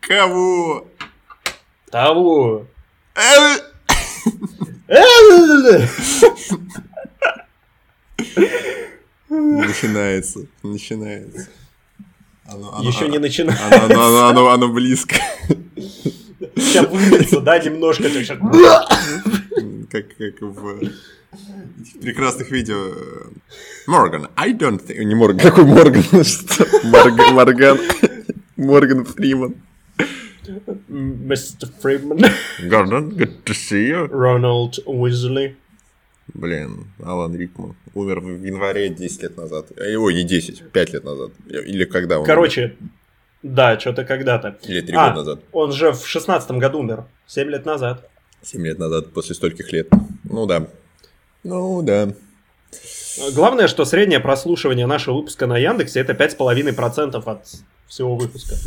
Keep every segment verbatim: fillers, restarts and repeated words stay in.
Кого? Того. Начинается, начинается. Оно, оно, Еще оно, не начинается. Оно, оно, оно, оно, оно близко. Сейчас выльется, да, немножко. Как, как в прекрасных видео. Морган, I don't think... Не Морган, какой Морган? Морган, Морган. Морган Фриман. мистер Фриман. Гордон, good to see you. Рональд Уизли. Блин, Алан Рикман умер в январе десять лет назад. Ой, не десять, пять лет назад. Или когда он Короче, умер? Да, что-то когда-то. Или три а, года назад. Он же в шестнадцатом году умер. семь лет назад. семь лет назад, после стольких лет. Ну да. Ну да. Главное, что среднее прослушивание нашего выпуска на Яндексе это пять с половиной процентов от всего выпуска.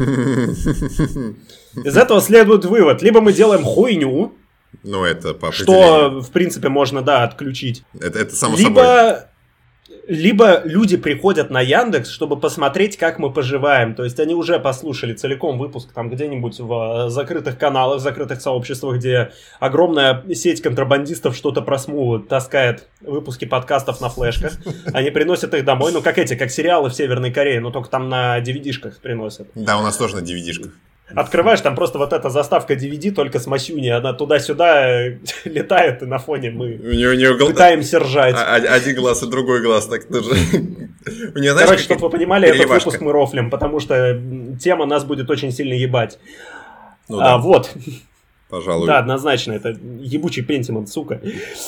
Из этого следует вывод. Либо мы делаем хуйню, ну, это по что, в принципе, можно, да, отключить. Это, это само либо, собой. Либо люди приходят на Яндекс, чтобы посмотреть, как мы поживаем. То есть они уже послушали целиком выпуск там где-нибудь в закрытых каналах, в закрытых сообществах, где огромная сеть контрабандистов что-то про СМУ таскает выпуски подкастов на флешках. Они приносят их домой, ну, как эти, как сериалы в Северной Корее, но только там на ди ви ди-шках приносят. Да, у нас тоже на ди ви ди-шках. Открываешь, там просто вот эта заставка ди ви ди, только с Масюни, она туда-сюда летает, и на фоне мы у нее, у нее гл... пытаемся ржать. А, один глаз и другой глаз, так тоже. У нее, знаешь, короче, чтобы вы понимали, переливашка. Этот выпуск мы рофлим, потому что тема нас будет очень сильно ебать. Ну, да. а, вот. Пожалуй. Да, однозначно, это ебучий Пентимон, сука.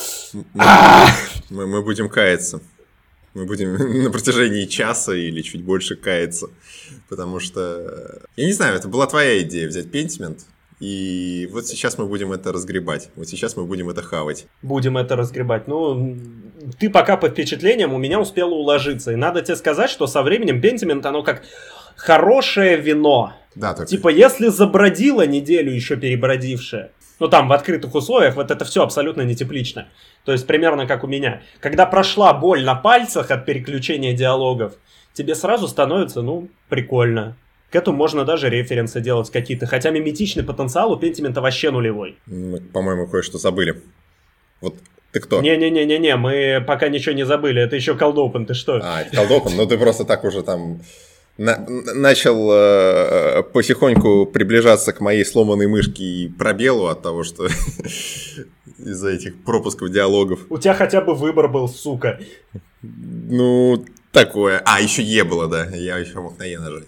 Мы, мы будем каяться. Мы будем на протяжении часа или чуть больше каяться. Потому что, я не знаю, это была твоя идея взять Pentiment. И вот сейчас мы будем это разгребать. Вот сейчас мы будем это хавать. Будем это разгребать. Ну, ты пока по впечатлениям у меня успела уложиться. И надо тебе сказать, что со временем Pentiment, оно как хорошее вино. Да, так... Типа, если забродило неделю еще перебродившее, ну там в открытых условиях, вот это все абсолютно не теплично. То есть примерно как у меня. Когда прошла боль на пальцах от переключения диалогов, тебе сразу становится, ну, прикольно. К этому можно даже референсы делать какие-то. Хотя миметичный потенциал у Пентимента вообще нулевой. Мы, по-моему, кое-что забыли. Вот ты кто? Не-не-не-не-не, мы пока ничего не забыли. Это еще Cold Open, ты что? А, это Cold Open, ну ты просто так уже там... На, начал э, потихоньку приближаться к моей сломанной мышке и пробелу от того, что из-за этих пропусков диалогов. У тебя хотя бы выбор был, сука. Ну, такое. А, еще Е было, да. Я еще мог на Е нажать.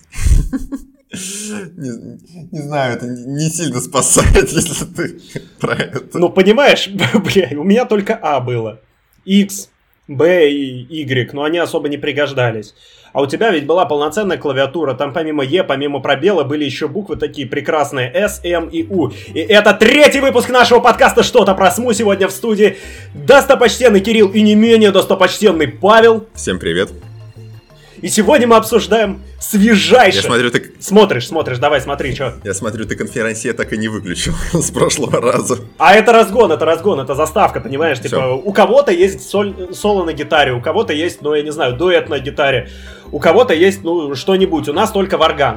Не, не знаю, это не сильно спасает, если ты про это. Ну, понимаешь, бля, у меня только А было. X, Б и Y, но они особо не пригождались. А у тебя ведь была полноценная клавиатура, там помимо Е, помимо пробела были еще буквы такие прекрасные С, М и У. И это третий выпуск нашего подкаста «Что-то про СМУ». Сегодня в студии достопочтенный Кирилл и не менее достопочтенный Павел. Всем привет. И сегодня мы обсуждаем свежайшее. Я смотрю, ты... Смотришь, смотришь, давай смотри, что. Я смотрю, ты конференцию так и не выключил с прошлого раза. А это разгон, это разгон, это заставка, понимаешь? Всё. Типа, у кого-то есть соль, соло на гитаре, у кого-то есть, ну, я не знаю, дуэт на гитаре. У кого-то есть, ну, что-нибудь. У нас только варган.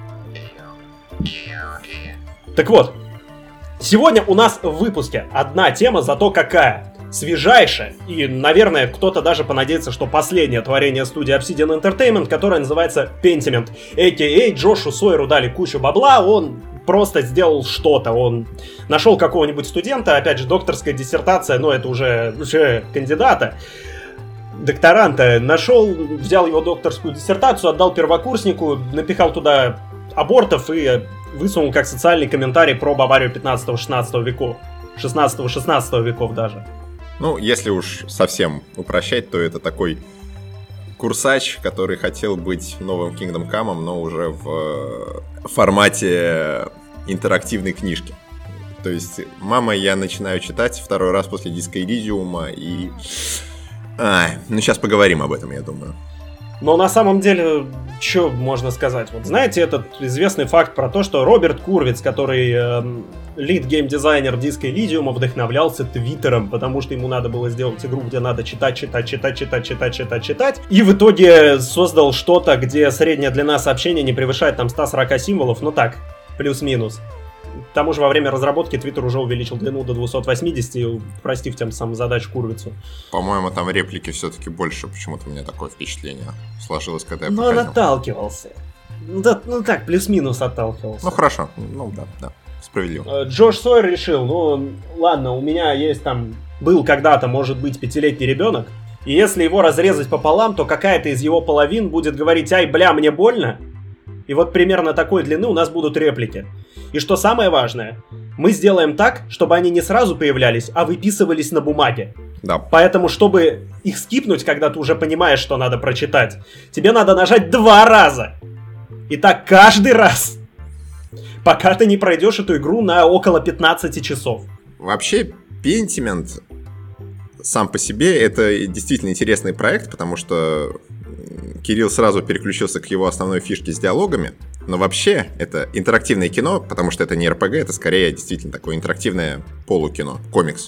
Так вот, сегодня у нас в выпуске одна тема, зато какая. Свежайшая, и, наверное, кто-то даже понадеется, что последнее творение студии Obsidian Entertainment, которое называется Pentiment. а ка а Джошу Сойеру дали кучу бабла, он просто сделал что-то, он нашел какого-нибудь студента, опять же, докторская диссертация, но это уже, уже кандидата, докторанта, нашел, взял его докторскую диссертацию, отдал первокурснику, напихал туда абортов и высунул как социальный комментарий про Баварию пятнадцатого-шестнадцатого веков, шестнадцатого-шестнадцатого веков даже. Ну, если уж совсем упрощать, то это такой курсач, который хотел быть новым Kingdom Come, но уже в формате интерактивной книжки. То есть, мама, я начинаю читать второй раз после Disco Elysium, и... А, ну, сейчас поговорим об этом, я думаю. Но на самом деле, что можно сказать? Вот знаете этот известный факт про то, что Роберт Курвиц, который э, лид-гейм-дизайнер Disco Elysium, вдохновлялся Твиттером, потому что ему надо было сделать игру, где надо читать, читать, читать, читать, читать, читать, читать. И в итоге создал что-то, где средняя длина сообщения не превышает там сто сорок символов. Ну так, плюс-минус. К тому же во время разработки Twitter уже увеличил длину до двести восемьдесят, простив тем самым задачу курвицу. По-моему, там реплики все-таки больше, почему-то у меня такое впечатление сложилось, когда я Но проходил. он отталкивался. Ну, да, ну так, плюс-минус отталкивался. Ну хорошо, ну да, да, справедливо. Джош Сойер решил, ну ладно, у меня есть там, был когда-то, может быть, пятилетний ребенок, и если его разрезать пополам, то какая-то из его половин будет говорить: ай, бля, мне больно. И вот примерно такой длины у нас будут реплики. И что самое важное, мы сделаем так, чтобы они не сразу появлялись, а выписывались на бумаге. Да. Поэтому, чтобы их скипнуть, когда ты уже понимаешь, что надо прочитать, тебе надо нажать два раза. И так каждый раз, пока ты не пройдешь эту игру на около пятнадцать часов. Вообще, Pentiment сам по себе это действительно интересный проект, потому что Кирилл сразу переключился к его основной фишке с диалогами. Но вообще, это интерактивное кино, потому что это не эр пи джи, это скорее действительно такое интерактивное полукино, комикс.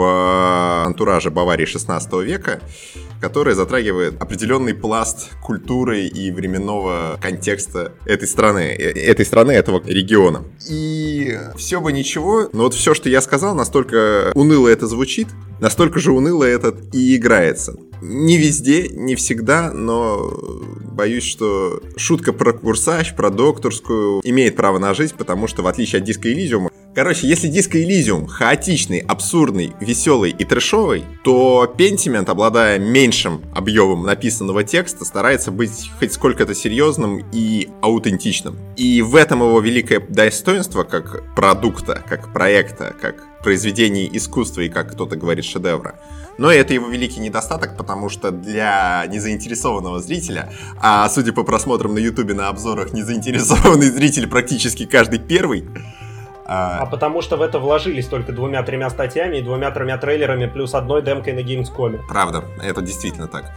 В антураже Баварии шестнадцатого века, который затрагивает определенный пласт культуры и временного контекста этой страны, этой страны, этого региона. И все бы ничего, но вот все, что я сказал, настолько уныло это звучит, настолько же уныло это и играется. Не везде, не всегда, но боюсь, что шутка про Курсач, про докторскую имеет право на жизнь, потому что в отличие от Disco Elysium, короче, если Disco Elysium хаотичный, абсурдный, веселый и трэшовый, то Pentiment, обладая меньшим объемом написанного текста, старается быть хоть сколько-то серьезным и аутентичным. И в этом его великое достоинство как продукта, как проекта, как произведения искусства и, как кто-то говорит, шедевра. Но это его великий недостаток, потому что для незаинтересованного зрителя, а судя по просмотрам на Ютубе, на обзорах, незаинтересованный зритель практически каждый первый. А... а потому что в это вложились только двумя-тремя статьями и двумя-тремя трейлерами плюс одной демкой на Gamescom. Правда, это действительно так.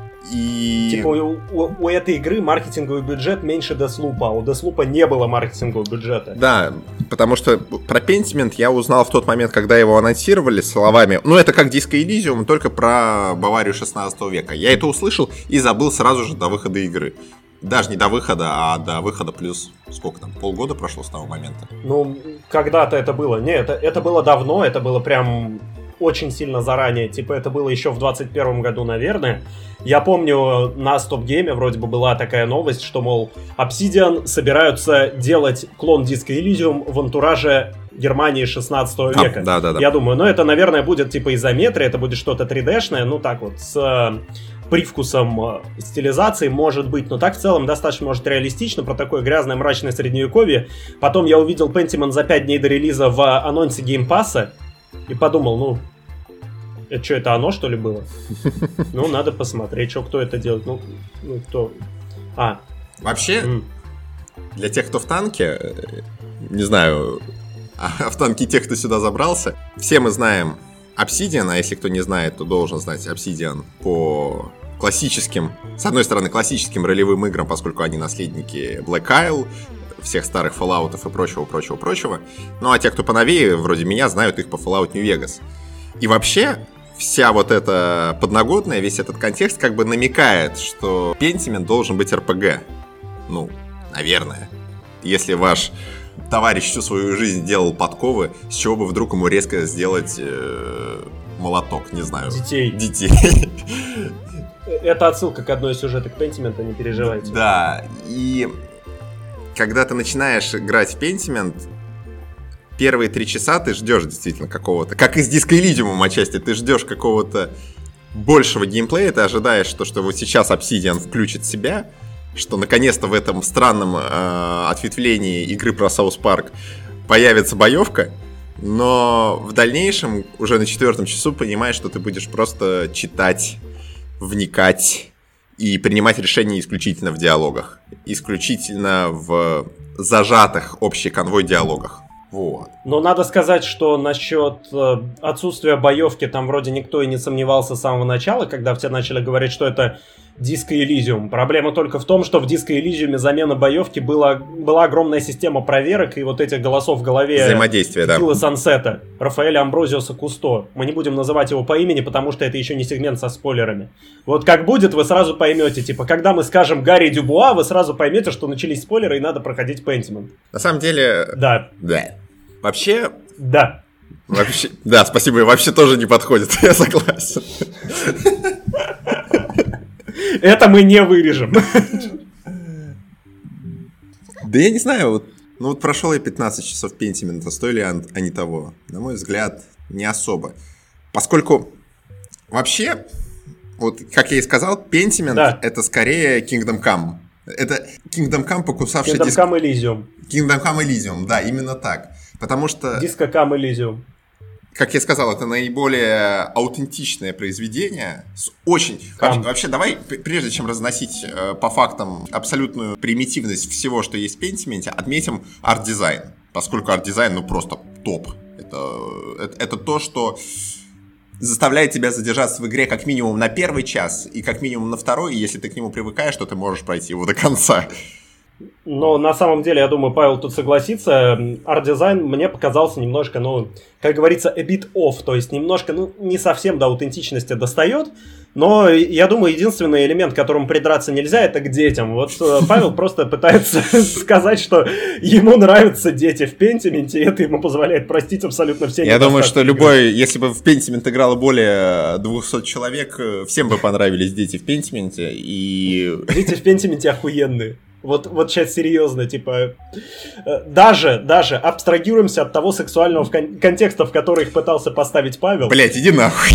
И... Типа у, у, у этой игры маркетинговый бюджет меньше Deathloop, а у Deathloop не было маркетингового бюджета. Да, потому что про Pentiment я узнал в тот момент, когда его анонсировали словами, ну это как Disco Elysium, только про Баварию шестнадцатого века. Я это услышал и забыл сразу же до выхода игры. Даже не до выхода, а до выхода плюс, сколько там, полгода прошло с того момента? Ну, когда-то это было. Не, это, это было давно, это было прям... очень сильно заранее, типа это было еще в двадцать первом году, наверное. Я помню, на Стоп-гейме вроде бы была такая новость, что, мол, Obsidian собираются делать клон Disco Elysium в антураже Германии шестнадцатого века. А, да, да, да. Я думаю, ну это, наверное, будет типа изометрия, это будет что-то три дэ-шное, ну так вот, с э, привкусом э, стилизации, может быть, но так в целом достаточно, может, реалистично, про такое грязное мрачное средневековье. Потом я увидел Pentiment за пять дней до релиза в анонсе геймпасса, и подумал, ну, это что, это оно, что ли, было? Ну, надо посмотреть, что, кто это делает. Ну, ну кто... А. Вообще, mm. для тех, кто в танке, не знаю, а в танке тех, кто сюда забрался, все мы знаем Obsidian, а если кто не знает, то должен знать Obsidian по классическим, с одной стороны, классическим ролевым играм, поскольку они наследники Black Isle, всех старых Fallout'ов и прочего, прочего, прочего. Ну, а те, кто поновее, вроде меня, знают их по Fallout New Vegas. И вообще, вся вот эта подноготная, весь этот контекст как бы намекает, что Pentiment должен быть эр пи джи. Ну, наверное. Если ваш товарищ всю свою жизнь делал подковы, с чего бы вдруг ему резко сделать э, молоток, не знаю. Детей. Детей. Это отсылка к одной из сюжеток Pentiment, не переживайте. Да, и... Когда ты начинаешь играть в Pentiment, первые три часа ты ждешь действительно какого-то, как и с Disco Elysium отчасти, ты ждешь какого-то большего геймплея, ты ожидаешь, что, что вот сейчас Obsidian включит себя, что наконец-то в этом странном э, ответвлении игры про South Park появится боевка, но в дальнейшем, уже на четвертом часу, понимаешь, что ты будешь просто читать, вникать и принимать решения исключительно в диалогах. Исключительно в зажатых общий конвой диалогах. Вот. Но надо сказать, что насчет э, отсутствия боевки там вроде никто и не сомневался с самого начала, когда все начали говорить, что это Disco Elysium. Проблема только в том, что в Disco Elysium замена боевки была, была огромная система проверок и вот этих голосов в голове взаимодействия, да. Фила Сансета, Рафаэля Амброзиуса Кусто. Мы не будем называть его по имени, потому что это еще не сегмент со спойлерами. Вот как будет, вы сразу поймете. Типа, когда мы скажем Гарри Дюбуа, вы сразу поймете, что начались спойлеры и надо проходить Pentiment. На самом деле... Да. Да. Вообще... Да. Вообще... Да, спасибо, вообще тоже не подходит, я согласен. Это мы не вырежем. Да я не знаю, вот, ну вот прошел я пятнадцать часов Pentiment, стоили они того? На мой взгляд, не особо. Поскольку вообще, вот как я и сказал, Pentiment да. это скорее Kingdom Come. Это Kingdom Come, покусавший... Kingdom Come Elysium. Kingdom Come Elysium, да, именно так. Потому что... Disco Come Elysium. Как я сказал, это наиболее аутентичное произведение с очень... Вообще, вообще, давай, прежде чем разносить э, по фактам абсолютную примитивность всего, что есть в Pentiment, отметим арт-дизайн. Поскольку арт-дизайн, ну, просто топ. Это, это, это то, что заставляет тебя задержаться в игре как минимум на первый час и как минимум на второй, и если ты к нему привыкаешь, то ты можешь пройти его до конца. Но на самом деле, я думаю, Павел тут согласится, арт-дизайн мне показался немножко, ну, как говорится, a bit off, то есть немножко, ну, не совсем до аутентичности достает, но я думаю, единственный элемент, к которому придраться нельзя, это к детям. Вот Павел просто пытается сказать, что ему нравятся дети в Pentiment, и это ему позволяет простить абсолютно все. Я думаю, что любой, если бы в Pentiment играло более двухсот человек, всем бы понравились дети в Pentiment, и... Дети в Pentiment охуенные. Вот, вот сейчас серьезно, типа, даже, даже абстрагируемся от того сексуального в кон- контекста, в который их пытался поставить Павел. Блять, иди нахуй.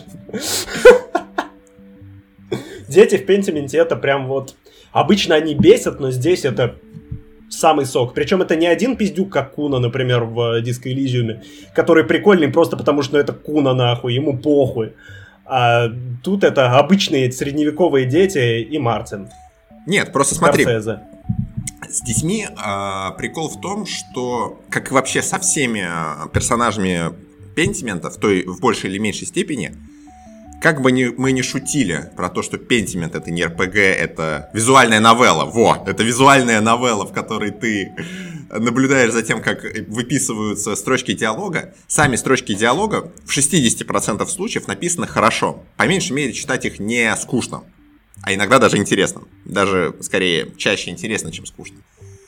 Дети в Pentiment это прям вот, обычно они бесят, но здесь это самый сок. Причем это не один пиздюк, как Куна, например, в Disco Elysium, который прикольный просто потому, что это Куна нахуй, ему похуй. А тут это обычные средневековые дети и Мартин. Нет, просто смотри, Скорсезе. С детьми э, прикол в том, что, как и вообще со всеми персонажами Pentiment, в той, в большей или меньшей степени, как бы ни, мы ни шутили про то, что Pentiment это не эр пи джи, это визуальная новелла, во, это визуальная новелла, в которой ты наблюдаешь за тем, как выписываются строчки диалога, сами строчки диалога в шестьдесят процентов случаев написаны хорошо, по меньшей мере читать их не скучно. А иногда даже интересно. Даже, скорее, чаще интересно, чем скучно.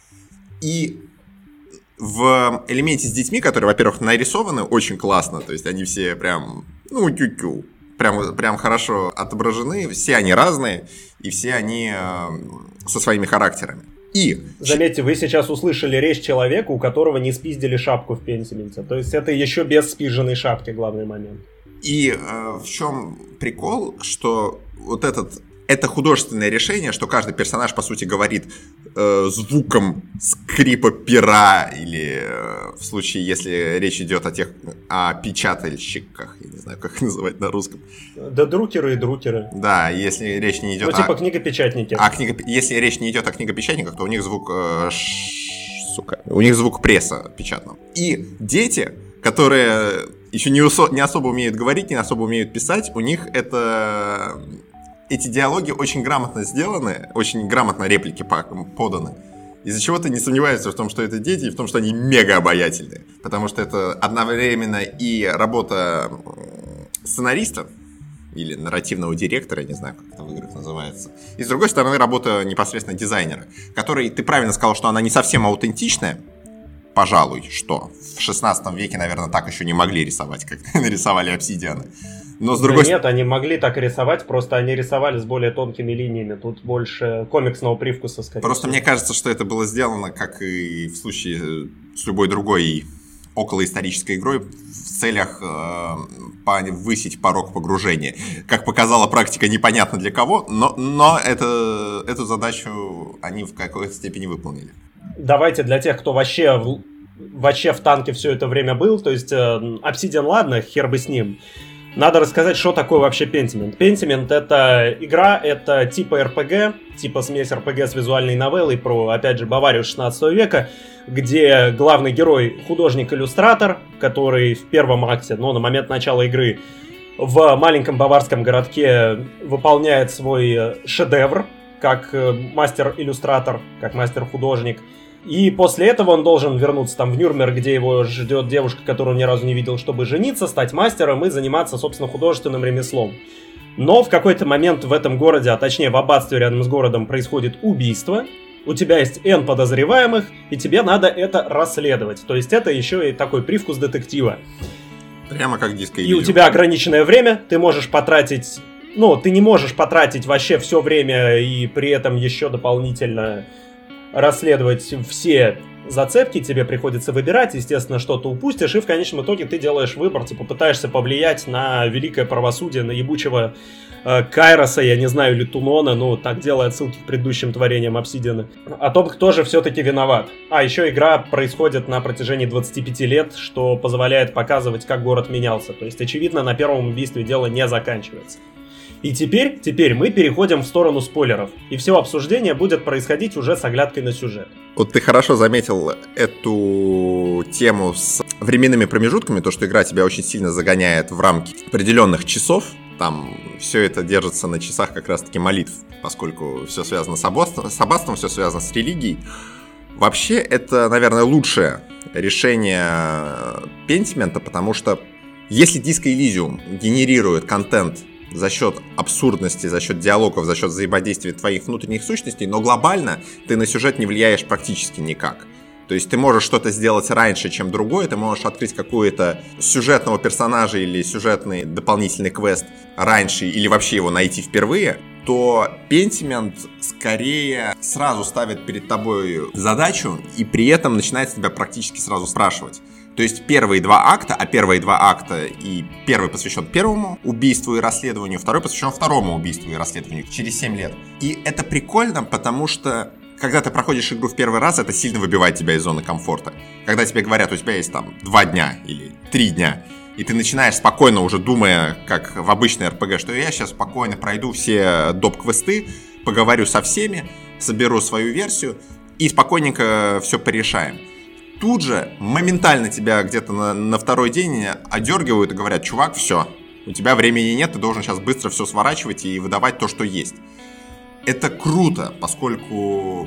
И в элементе с детьми, которые, во-первых, нарисованы очень классно, то есть они все прям, ну, тю-тю, прям, прям хорошо отображены, все они разные, и все они э, со своими характерами. И... Заметьте, вы сейчас услышали речь человека, у которого не спиздили шапку в Pentiment. То есть это еще без спизженной шапки главный момент. И э, в чем прикол, что вот этот... Это художественное решение, что каждый персонаж, по сути, говорит э, звуком скрипа пера, или э, в случае, если речь идет о тех, о печатальщиках, я не знаю, как их называть на русском. Да друкеры и друкеры. Да, если речь не идет ну, типа о... книгопечатники. А книго... Если речь не идет о книгопечатниках, то у них звук... Э, ш... Сука. У них звук пресса печатного. И дети, которые еще не, усо... не особо умеют говорить, не особо умеют писать, у них это... Эти диалоги очень грамотно сделаны, очень грамотно реплики поданы. Из-за чего ты не сомневаешься в том, что это дети, и в том, что они мега обаятельные. Потому что это одновременно и работа сценариста, или нарративного директора, я не знаю, как это в играх называется. И с другой стороны, работа непосредственно дизайнера, который, ты правильно сказал, что она не совсем аутентичная, пожалуй, что в шестнадцатом веке, наверное, так еще не могли рисовать, как нарисовали обсидианы. Но с другой... Да нет, они могли так рисовать, просто они рисовали с более тонкими линиями. Тут больше комиксного привкуса, скорее. Просто мне кажется, что это было сделано, как и в случае с любой другой околоисторической игрой, в целях э, повысить порог погружения. Как показала практика, непонятно для кого, но, но это, эту задачу они в какой-то степени выполнили. Давайте для тех, кто вообще в, вообще в танке все это время был, то есть э, Obsidian, ладно, хер бы с ним. Надо рассказать, что такое вообще Pentiment. Pentiment — это игра, это типа эр пи джи, типа смесь эр пи джи с визуальной новеллой про, опять же, Баварию шестнадцатого века, где главный герой — художник-иллюстратор, который в первом акте, ну, на момент начала игры, в маленьком баварском городке выполняет свой шедевр, как мастер-иллюстратор, как мастер-художник. И после этого он должен вернуться там в Нюрнберг, где его ждет девушка, которую он ни разу не видел, чтобы жениться, стать мастером и заниматься, собственно, художественным ремеслом. Но в какой-то момент в этом городе, а точнее в аббатстве рядом с городом, происходит убийство. У тебя есть N подозреваемых, и тебе надо это расследовать. То есть это еще и такой привкус детектива. Прямо как диско. И у тебя ограниченное время, ты можешь потратить... Ну, ты не можешь потратить вообще все время и при этом еще дополнительно расследовать все зацепки, тебе приходится выбирать, естественно, что-то упустишь, и в конечном итоге ты делаешь выбор, ты попытаешься повлиять на великое правосудие, на ебучего э, Кайроса, я не знаю, или Тунона, ну, так делая отсылки к предыдущим творениям Обсидиана, о том, кто же все-таки виноват. А еще игра происходит на протяжении двадцати пяти лет, что позволяет показывать, как город менялся, то есть, очевидно, на первом убийстве дело не заканчивается. И теперь, теперь мы переходим в сторону спойлеров, и все обсуждение будет происходить уже с оглядкой на сюжет. Вот ты хорошо заметил эту тему с временными промежутками, то, что игра тебя очень сильно загоняет в рамки определенных часов. Там все это держится на часах как раз-таки молитв, поскольку все связано с аббатством, с аббатством, все связано с религией. Вообще, это, наверное, лучшее решение Pentiment, потому что если Disco Elysium генерирует контент за счет абсурдности, за счет диалогов, за счет взаимодействия твоих внутренних сущностей, но глобально ты на сюжет не влияешь практически никак. То есть ты можешь что-то сделать раньше, чем другое, ты можешь открыть какую-то сюжетного персонажа или сюжетный дополнительный квест раньше, или вообще его найти впервые, то Pentiment скорее сразу ставит перед тобой задачу и при этом начинает тебя практически сразу спрашивать. То есть первые два акта, а первые два акта, и первый посвящен первому убийству и расследованию, второй посвящен второму убийству и расследованию через семь лет. И это прикольно, потому что когда ты проходишь игру в первый раз, это сильно выбивает тебя из зоны комфорта. Когда тебе говорят, у тебя есть там два дня или три дня, и ты начинаешь спокойно уже думая, как в обычной эр пи джи, что я сейчас спокойно пройду все доп-квесты, поговорю со всеми, соберу свою версию и спокойненько все порешаем. Тут же моментально тебя где-то на, на второй день одергивают и говорят: чувак, все, у тебя времени нет, ты должен сейчас быстро все сворачивать и выдавать то, что есть. Это круто, поскольку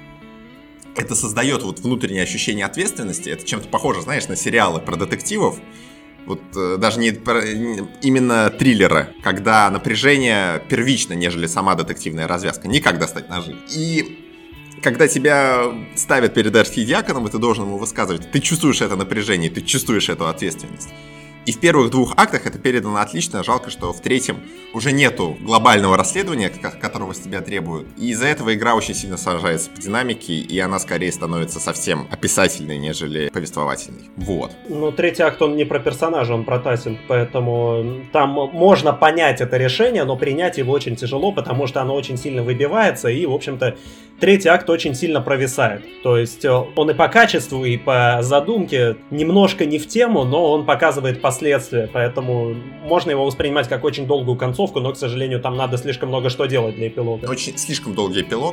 это создает вот внутреннее ощущение ответственности. Это чем-то похоже, знаешь, на сериалы про детективов. Вот э, даже не, про, не именно триллеры, когда напряжение первично, нежели сама детективная развязка. Не как достать ножи. И когда тебя ставят перед архидиаконом, и ты должен ему высказывать, ты чувствуешь это напряжение, ты чувствуешь эту ответственность. И в первых двух актах это передано отлично. Жалко, что в третьем уже нету глобального расследования, которого с тебя требуют. И из-за этого игра очень сильно сражается по динамике, и она скорее становится совсем описательной, нежели повествовательной. Вот. Ну, третий акт, он не про персонажа, он про тастинг, поэтому там можно понять это решение, но принять его очень тяжело, потому что оно очень сильно выбивается, и, в общем-то, третий акт очень сильно провисает. То есть он и по качеству, и по задумке немножко не в тему, но он показывает последствия, поэтому можно его воспринимать как очень долгую концовку, но, к сожалению, там надо слишком много что делать для эпилога. Очень слишком долгий эпилог,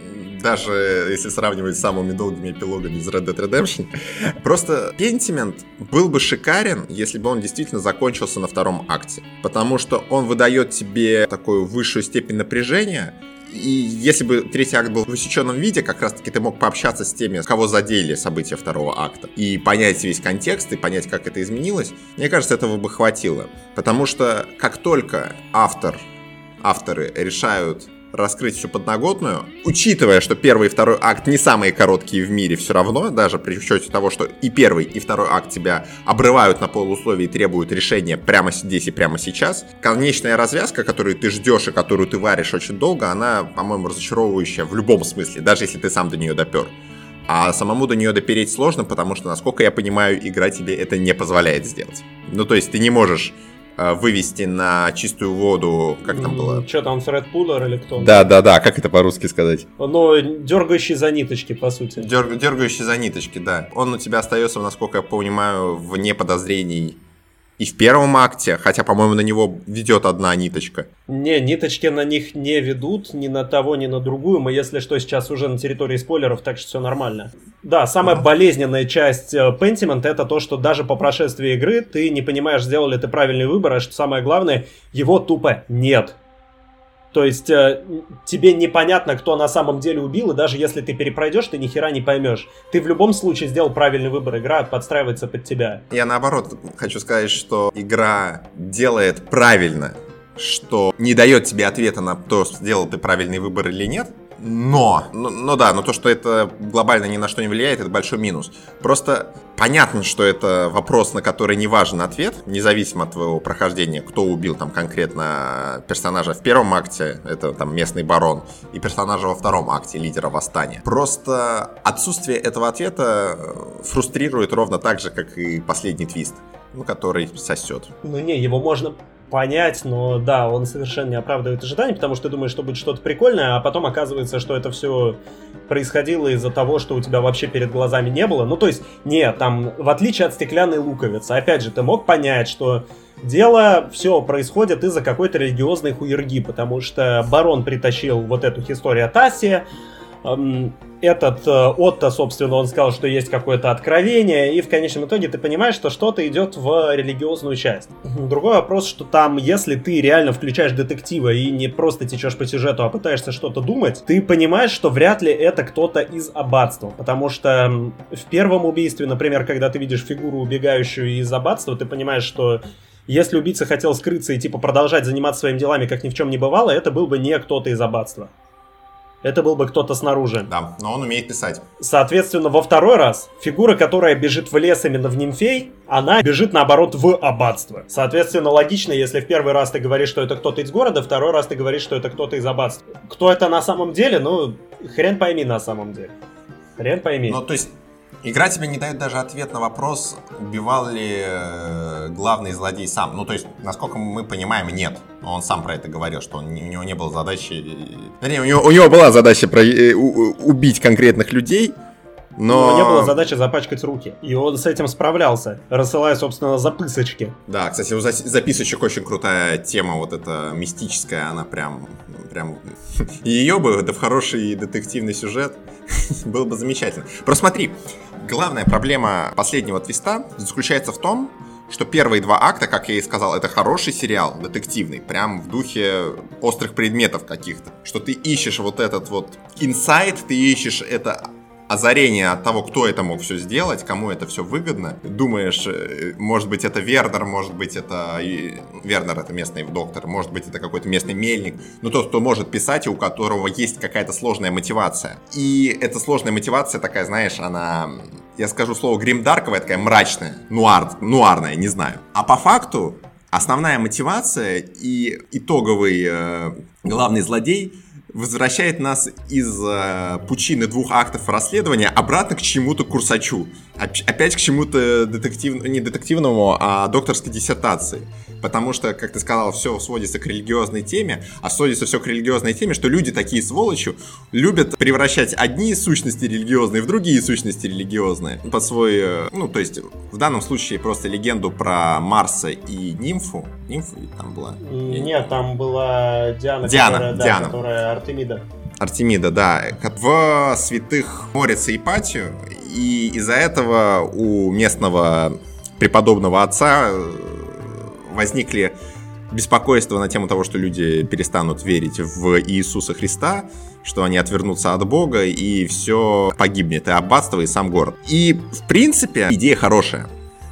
даже если сравнивать с самыми долгими эпилогами из Red Dead Redemption. Просто Pentiment был бы шикарен, если бы он действительно закончился на втором акте, потому что он выдает тебе такую высшую степень напряжения. И если бы третий акт был в усеченном виде, как раз-таки ты мог пообщаться с теми, кого задели события второго акта, и понять весь контекст, и понять, как это изменилось, мне кажется, этого бы хватило. Потому что как только автор, авторы решают раскрыть всю подноготную, учитывая, что первый и второй акт не самые короткие в мире все равно, даже при учете того, что и первый, и второй акт тебя обрывают на полусловие и требуют решения прямо здесь и прямо сейчас, конечная развязка, которую ты ждешь и которую ты варишь очень долго, она, по-моему, разочаровывающая в любом смысле, даже если ты сам до нее допер. А самому до нее допереть сложно, потому что, насколько я понимаю, игра тебе это не позволяет сделать. Ну, то есть ты не можешь вывести на чистую воду, как там было? Что там, Фред Пуллер или кто? Да-да-да, как это по-русски сказать? Ну, дергающий за ниточки, по сути. Дерг, дергающий за ниточки, да. Он у тебя остается, насколько я понимаю, вне подозрений и в первом акте, хотя, по-моему, на него ведет одна ниточка. Не, ниточки на них не ведут ни на того, ни на другую. Мы, если что, сейчас уже на территории спойлеров, так что все нормально. Да, самая uh-huh. болезненная часть Pentiment — это то, что даже по прошествии игры ты не понимаешь, сделал ли ты правильный выбор, а что самое главное, его тупо нет. То есть э, тебе непонятно, кто на самом деле убил, и даже если ты перепройдешь, ты ни хера не поймешь. Ты в любом случае сделал правильный выбор, игра подстраивается под тебя. Я наоборот хочу сказать, что игра делает правильно, что не дает тебе ответа на то, сделал ты правильный выбор или нет. Но, ну, ну да, но то, что это глобально ни на что не влияет, это большой минус. Просто понятно, что это вопрос, на который не важен ответ, независимо от твоего прохождения, кто убил там конкретно персонажа в первом акте, это там местный барон, и персонажа во втором акте, лидера восстания. Просто отсутствие этого ответа фрустрирует ровно так же, как и последний твист, ну, который сосет. Ну не, его можно понять, но да, он совершенно не оправдывает ожиданий, потому что ты думаешь, что будет что-то прикольное, а потом оказывается, что это все происходило из-за того, что у тебя вообще перед глазами не было. Ну, то есть, нет, там, в отличие от стеклянной луковицы, опять же, ты мог понять, что дело все происходит из-за какой-то религиозной хуерги, потому что барон притащил вот эту историю Тассия. Этот э, Отто, собственно, он сказал, что есть какое-то откровение, и в конечном итоге ты понимаешь, что что-то идет в религиозную часть. Другой вопрос, что там, если ты реально включаешь детектива и не просто течешь по сюжету, а пытаешься что-то думать, ты понимаешь, что вряд ли это кто-то из аббатства, потому что в первом убийстве, например, когда ты видишь фигуру, убегающую из аббатства, ты понимаешь, что если убийца хотел скрыться и типа продолжать заниматься своими делами, как ни в чем не бывало, это был бы не кто-то из аббатства. Это был бы кто-то снаружи. Да, но он умеет писать. Соответственно, во второй раз фигура, которая бежит в лес именно в Нимфей, она бежит, наоборот, в аббатство. Соответственно, логично, если в первый раз ты говоришь, что это кто-то из города, второй раз ты говоришь, что это кто-то из аббатства. Кто это на самом деле? Ну, хрен пойми на самом деле. Хрен пойми. Ну, то есть, игра тебе не дает даже ответ на вопрос, убивал ли э, главный злодей сам. Ну, то есть, насколько мы понимаем, нет. Он сам про это говорил, что он, у него не было задачи... Вернее, у него, у него была задача про, э, у, убить конкретных людей, но... У него не было задачи запачкать руки. И он с этим справлялся, рассылая, собственно, записочки. Да, кстати, у записочек очень крутая тема, вот эта мистическая, она прям... прям... Ее бы, да в хороший детективный сюжет, было бы замечательно. Просто смотри, главная проблема последнего твиста заключается в том, что первые два акта, как я и сказал, это хороший сериал, детективный, прям в духе острых предметов каких-то. Что ты ищешь вот этот вот инсайт, ты ищешь это озарение от того, кто это мог все сделать, кому это все выгодно. Думаешь, может быть, это Вернер, может быть, это... Вернер — это местный доктор, может быть, это какой-то местный мельник. Но тот, кто может писать, и у которого есть какая-то сложная мотивация. И эта сложная мотивация такая, знаешь, она... Я скажу слово гримдарковая, такая мрачная, нуар, нуарная, не знаю. А по факту основная мотивация и итоговый э, главный злодей возвращает нас из э, пучины двух актов расследования обратно к чему-то курсачу. Опять к чему-то детектив... не детективному, а докторской диссертации. Потому что, как ты сказал, все сводится к религиозной теме, а сводится все к религиозной теме, что люди такие сволочи любят превращать одни сущности религиозные в другие сущности религиозные. Под свой, ну, то есть, в данном случае просто легенду про Марса и нимфу. Нимфу там была? Нет, там была Диана, Диана, которая, да, Диана. которая Артемида. Артемида, да. В святых молится Ипатию, и из-за этого у местного преподобного отца возникли беспокойства на тему того, что люди перестанут верить в Иисуса Христа, что они отвернутся от Бога, и все погибнет, и аббатство, и сам город. И, в принципе, идея хорошая.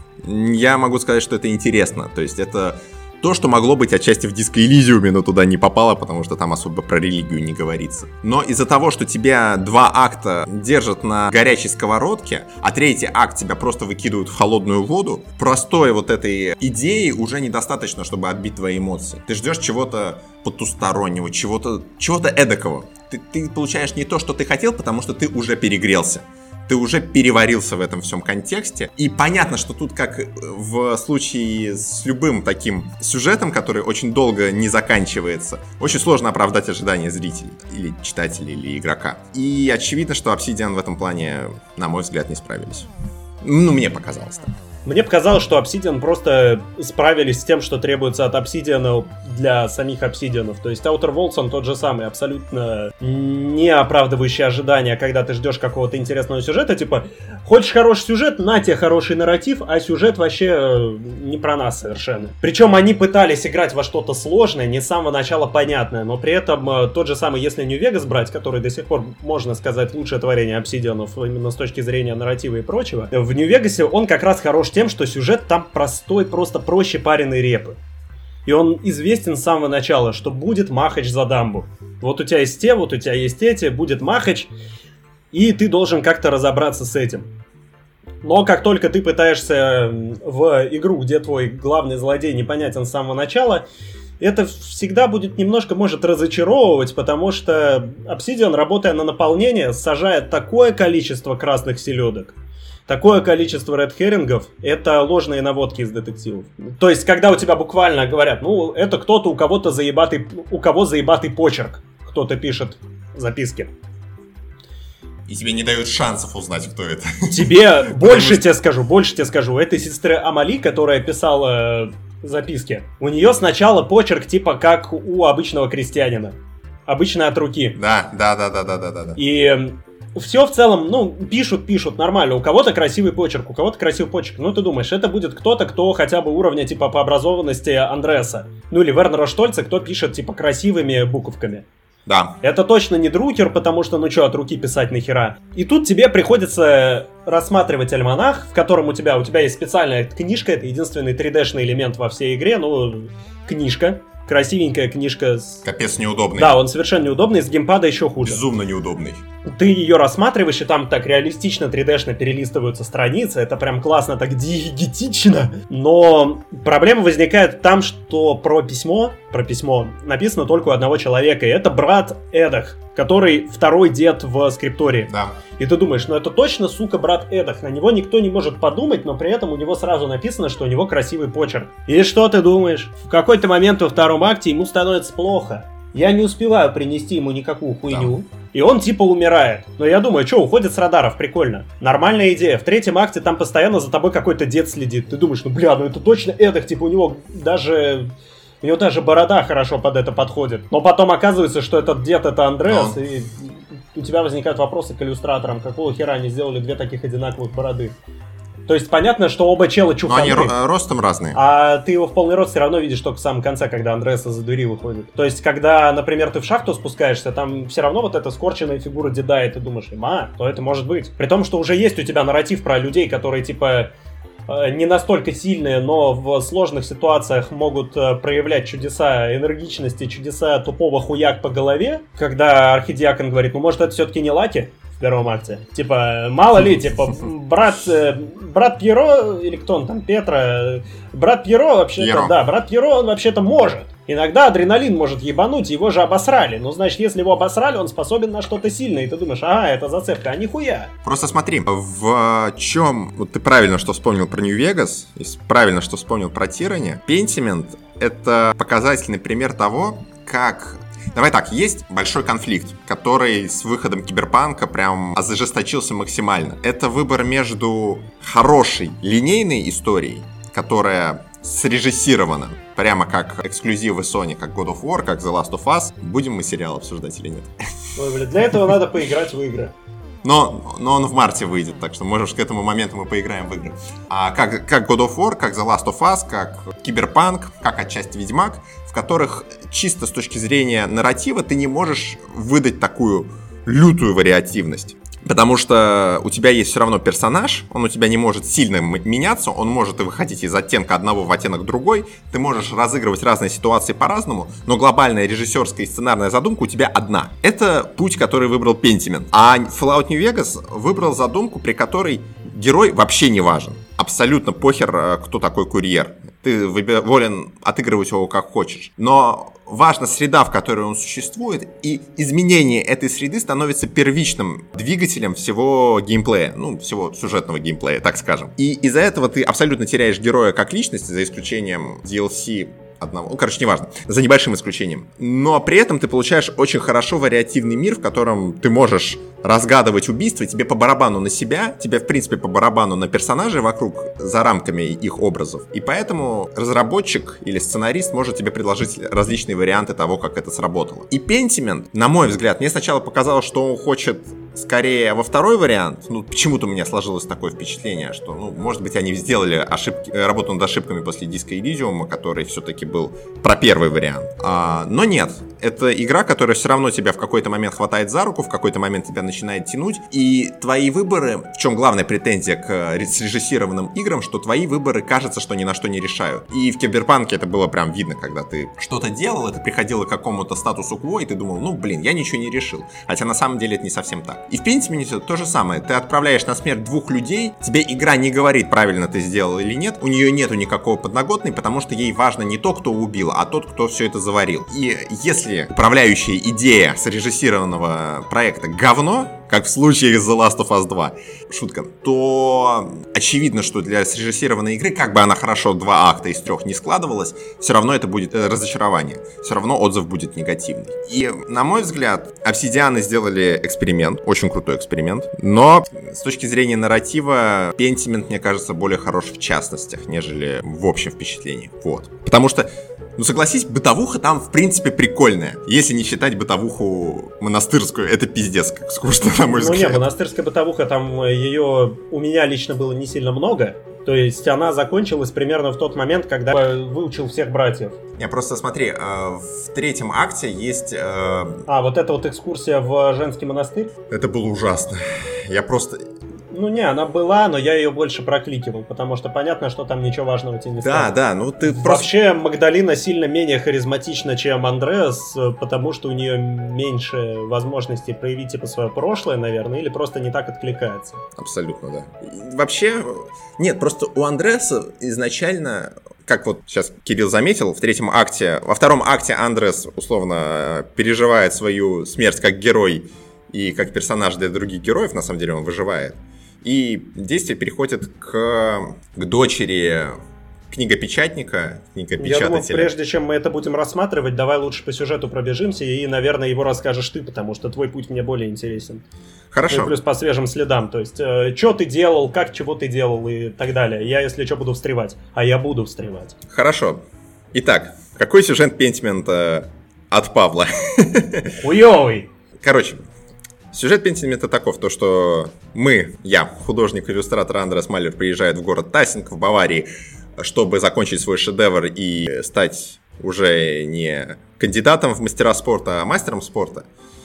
Я могу сказать, что это интересно. То есть это то, что могло быть отчасти в Disco Elysium, но туда не попало, потому что там особо про религию не говорится. Но из-за того, что тебя два акта держат на горячей сковородке, а третий акт тебя просто выкидывают в холодную воду, простой вот этой идеи уже недостаточно, чтобы отбить твои эмоции. Ты ждешь чего-то потустороннего, чего-то, чего-то эдакого. Ты, ты получаешь не то, что ты хотел, потому что ты уже перегрелся. Ты уже переварился в этом всем контексте. И понятно, что тут, как в случае с любым таким сюжетом, который очень долго не заканчивается, очень сложно оправдать ожидания зрителей, или читателей, или игрока. И очевидно, что Obsidian в этом плане, на мой взгляд, не справились. Ну, мне показалось так. Мне показалось, что Obsidian просто справились с тем, что требуется от Obsidian для самих Obsidian. То есть Outer Worlds, он тот же самый, абсолютно не оправдывающий ожидания, когда ты ждешь какого-то интересного сюжета. Типа, хочешь хороший сюжет, на тебе хороший нарратив, а сюжет вообще не про нас совершенно. Причем они пытались играть во что-то сложное, не с самого начала понятное, но при этом тот же самый, если New Vegas брать, который до сих пор, можно сказать, лучшее творение Obsidian именно с точки зрения нарратива и прочего, в New Vegas он как раз хорош тем, что сюжет там простой, просто проще пареной репы. И он известен с самого начала, что будет махач за дамбу. Вот у тебя есть те, вот у тебя есть эти, будет махач, и ты должен как-то разобраться с этим. Но как только ты пытаешься в игру, где твой главный злодей непонятен с самого начала, это всегда будет немножко, может, разочаровывать, потому что Obsidian, работая на наполнение, сажает такое количество красных селедок, такое количество редхерингов, это ложные наводки из детективов. То есть, когда у тебя буквально говорят, ну, это кто-то, у кого-то заебатый, у кого заебатый почерк, кто-то пишет записки. И тебе не дают шансов узнать, кто это. Тебе, больше тебе скажу, больше тебе скажу, этой сестры Амали, которая писала записки, у нее сначала почерк типа как у обычного крестьянина. Обычно от руки. Да, да, да, да, да, да, да. И все в целом, ну, пишут, пишут нормально. У кого-то красивый почерк, у кого-то красивый почерк. Ну, ты думаешь, это будет кто-то, кто хотя бы уровня, типа, по образованности Андреаса. Ну, или Вернера Штольца, кто пишет, типа, красивыми буковками. Да. Это точно не Друкер, потому что, ну что, от руки писать нахера. И тут тебе приходится рассматривать альманах, в котором у тебя, у тебя есть специальная книжка, это единственный три дэ-шный элемент во всей игре, ну, книжка. Красивенькая книжка. С... Капец неудобный. Да, он совершенно неудобный, с геймпада еще хуже. Безумно неудобный. Ты ее рассматриваешь, и там так реалистично три дэ-шно перелистываются страницы, это прям классно, так диегетично. Но проблема возникает там, что про письмо, про письмо написано только у одного человека, и это брат Эдах, который второй дед в скриптории. Да. И ты думаешь, ну это точно, сука, брат Эдах, на него никто не может подумать, но при этом у него сразу написано, что у него красивый почерк. И что ты думаешь? В какой-то момент во втором акте ему становится плохо. Я не успеваю принести ему никакую хуйню. Да. И он типа умирает. Но я думаю, что, уходит с радаров, прикольно. Нормальная идея. В третьем акте там постоянно за тобой какой-то дед следит. Ты думаешь, ну бля, ну это точно Эдах, типа у него даже... У него даже борода хорошо под это подходит. Но потом оказывается, что этот дед это Андреас, Но... и у тебя возникают вопросы к иллюстраторам. Какого хера они сделали две таких одинаковых бороды? То есть понятно, что оба чела чуханы. Но они ро- ростом разные. А ты его в полный рост все равно видишь только в самом конце, когда Андреаса за двери выходит. То есть, когда, например, ты в шахту спускаешься, там все равно вот эта скорченная фигура деда, и ты думаешь, ма, то это может быть. При том, что уже есть у тебя нарратив про людей, которые, типа, не настолько сильные, но в сложных ситуациях могут проявлять чудеса энергичности, чудеса тупого хуяк по голове. Когда архидиакон говорит, ну может это все-таки не Лаки? В первом акте. Типа, мало ли, типа, брат, брат Пьеро, или кто он там, Петра, брат Пьеро вообще-то, Пьеро. да, брат Пьеро, он вообще-то может. Иногда адреналин может ебануть, его же обосрали. Ну, значит, если его обосрали, он способен на что-то сильное. И ты думаешь, ага, это зацепка, а нихуя. Просто смотри, в чем... Вот ты правильно, что вспомнил про New Vegas, и правильно, что вспомнил про Tyranny. Pentiment — это показательный пример того, как... Давай так, есть большой конфликт, который с выходом Киберпанка прям зажесточился максимально. Это выбор между хорошей линейной историей, которая срежиссирована прямо как эксклюзивы Sony, как God of War, как The Last of Us. Будем мы сериал обсуждать или нет? Ой, блин, для этого надо поиграть в игры. Но, но он в марте выйдет, так что, может, к этому моменту мы поиграем в игры. А как, как God of War, как The Last of Us, как Киберпанк, как отчасти Ведьмак, в которых чисто с точки зрения нарратива ты не можешь выдать такую лютую вариативность. Потому что у тебя есть все равно персонаж, он у тебя не может сильно меняться, он может выходить из оттенка одного в оттенок другой, ты можешь разыгрывать разные ситуации по-разному, но глобальная режиссерская и сценарная задумка у тебя одна. Это путь, который выбрал Pentiment. А Fallout New Vegas выбрал задумку, при которой герой вообще не важен. Абсолютно похер, кто такой курьер. Ты волен отыгрывать его как хочешь. Но важна среда, в которой он существует, и изменение этой среды становится первичным двигателем всего геймплея, ну, всего сюжетного геймплея, так скажем. И из-за этого ты абсолютно теряешь героя как личность, за исключением ди эл си одного, ну, короче, неважно, за небольшим исключением. Но при этом ты получаешь очень хорошо вариативный мир, в котором ты можешь разгадывать убийства, тебе по барабану на себя, тебе, в принципе, по барабану на персонажей вокруг, за рамками их образов. И поэтому разработчик или сценарист может тебе предложить различные варианты того, как это сработало. И Pentiment, на мой взгляд, мне сначала показалось, что он хочет скорее во второй вариант. Ну, почему-то у меня сложилось такое впечатление, что, ну, может быть, они сделали ошибки, работу над ошибками после Disco Elysium, который все-таки был про первый вариант. А, но нет, это игра, которая все равно тебя в какой-то момент хватает за руку, в какой-то момент тебя начинает тянуть, и твои выборы, в чем главная претензия к срежиссированным играм, что твои выборы, кажется, что ни на что не решают. И в Киберпанке это было прям видно, когда ты что-то делал, это приходило к какому-то статусу кво, и ты думал, ну, блин, я ничего не решил. Хотя на самом деле это не совсем так. И в Pentiment то же самое. Ты отправляешь на смерть двух людей, тебе игра не говорит, правильно ты сделал или нет, у нее нету никакого подноготной, потому что ей важно не то, кто убил, а тот, кто все это заварил. И если управляющая идея срежиссированного проекта говно, как в случае с The Last of Us два, шутка, то очевидно, что для срежиссированной игры, как бы она хорошо два акта из трех не складывалась, все равно это будет э, разочарование, все равно отзыв будет негативный. И, на мой взгляд, Obsidian сделали эксперимент, очень крутой эксперимент, но с точки зрения нарратива, Pentiment, мне кажется, более хорош в частностях, нежели в общем впечатлении. Вот. Потому что, ну согласись, бытовуха там, в принципе, прикольная. Если не считать бытовуху монастырскую, это пиздец как скучно, на мой взгляд. Ну не, монастырская бытовуха, там ее у меня лично было не сильно много. То есть она закончилась примерно в тот момент, когда выучил всех братьев. Не, просто смотри, в третьем акте есть... А, вот эта вот экскурсия в женский монастырь? Это было ужасно. Я просто... Ну не, она была, но я ее больше прокликивал, потому что понятно, что там ничего важного тебе не стало. Да, да, ну ты просто... Вообще Магдалина сильно менее харизматична, чем Андреас, потому что у нее меньше возможностей проявить типа свое прошлое, наверное, или просто не так откликается. Абсолютно, да. И вообще, нет, просто у Андреаса изначально... Как вот сейчас Кирилл заметил, в третьем акте, во втором акте Андреас условно переживает свою смерть как герой и как персонаж для других героев, на самом деле он выживает. И действие переходит к, к дочери книгопечатника, книгопечатателя. Я думаю, прежде чем мы это будем рассматривать, давай лучше по сюжету пробежимся, и, наверное, его расскажешь ты, потому что твой путь мне более интересен. Хорошо. Ну, плюс по свежим следам, то есть, э, что ты делал, как, чего ты делал и так далее. Я, если что, буду встревать, а я буду встревать. Хорошо. Итак, какой сюжет Pentiment от Павла? Хуёвый! Короче, сюжет Pentiment таков, то что мы, я, художник-иллюстратор Андреас Малер, приезжает в город Тассинг в Баварии, чтобы закончить свой шедевр и стать уже не кандидатом в мастера спорта, а мастером спорта.